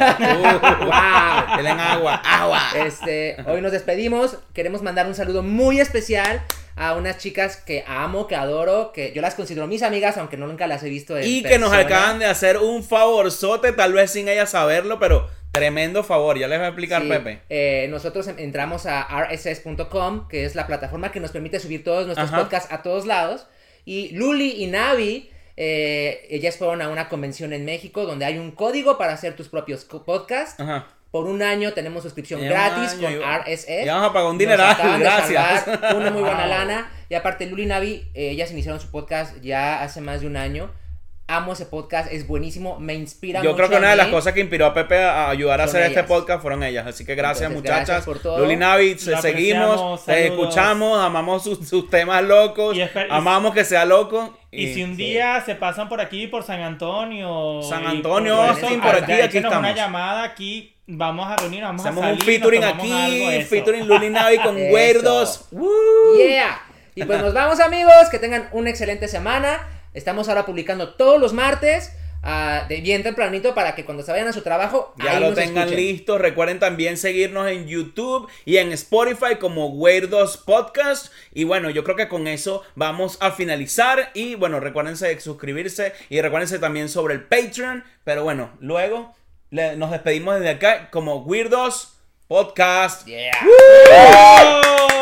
¡Wow! Denle agua.
Hoy nos despedimos. Queremos mandar un saludo muy especial a unas chicas que amo, que adoro, que yo las considero mis amigas, aunque nunca las he visto en
y
persona.
que nos acaban de hacer un favorzote, tal vez sin ellas saberlo, pero tremendo favor. Ya les voy a explicar,
sí,
Pepe.
Nosotros entramos a rss.com, que es la plataforma que nos permite subir todos nuestros podcasts a todos lados. Y Luli y Navi, ellas fueron a una convención en México donde hay un código para hacer tus propios podcasts.
Ajá.
Por un año tenemos suscripción gratis con RSS.
Ya vamos a pagar un dineral, gracias.
Una muy buena lana. Y aparte, Luli y Navi, ellas iniciaron su podcast ya hace más de un año. Amo ese podcast, es buenísimo, me inspira mucho.
Yo creo que una de las cosas que inspiró a Pepe a ayudar a hacer este podcast fueron ellas. Así que gracias,
entonces,
muchachas.
gracias por todo.
Luli Navi, seguimos, te escuchamos, amamos sus temas locos, amamos que sea loco.
Y si un día se pasan por aquí, por San Antonio,
Austin, por aquí estamos.
Una llamada aquí, vamos a reunir, vamos
hacemos
a salir,
un featuring aquí, featuring Luli Navi con Weirdos.
Yeah. Y pues nos vamos, amigos, que tengan una excelente semana. Estamos ahora publicando todos los martes, de bien tempranito, para que cuando se vayan a su trabajo
ya lo tengan listo. Recuerden también seguirnos en YouTube y en Spotify como Weirdos Podcast. Y bueno, yo creo que con eso vamos a finalizar. Y bueno, recuérdense de suscribirse y recuérdense también sobre el Patreon. Pero bueno, luego nos despedimos desde acá como Weirdos Podcast.
Yeah.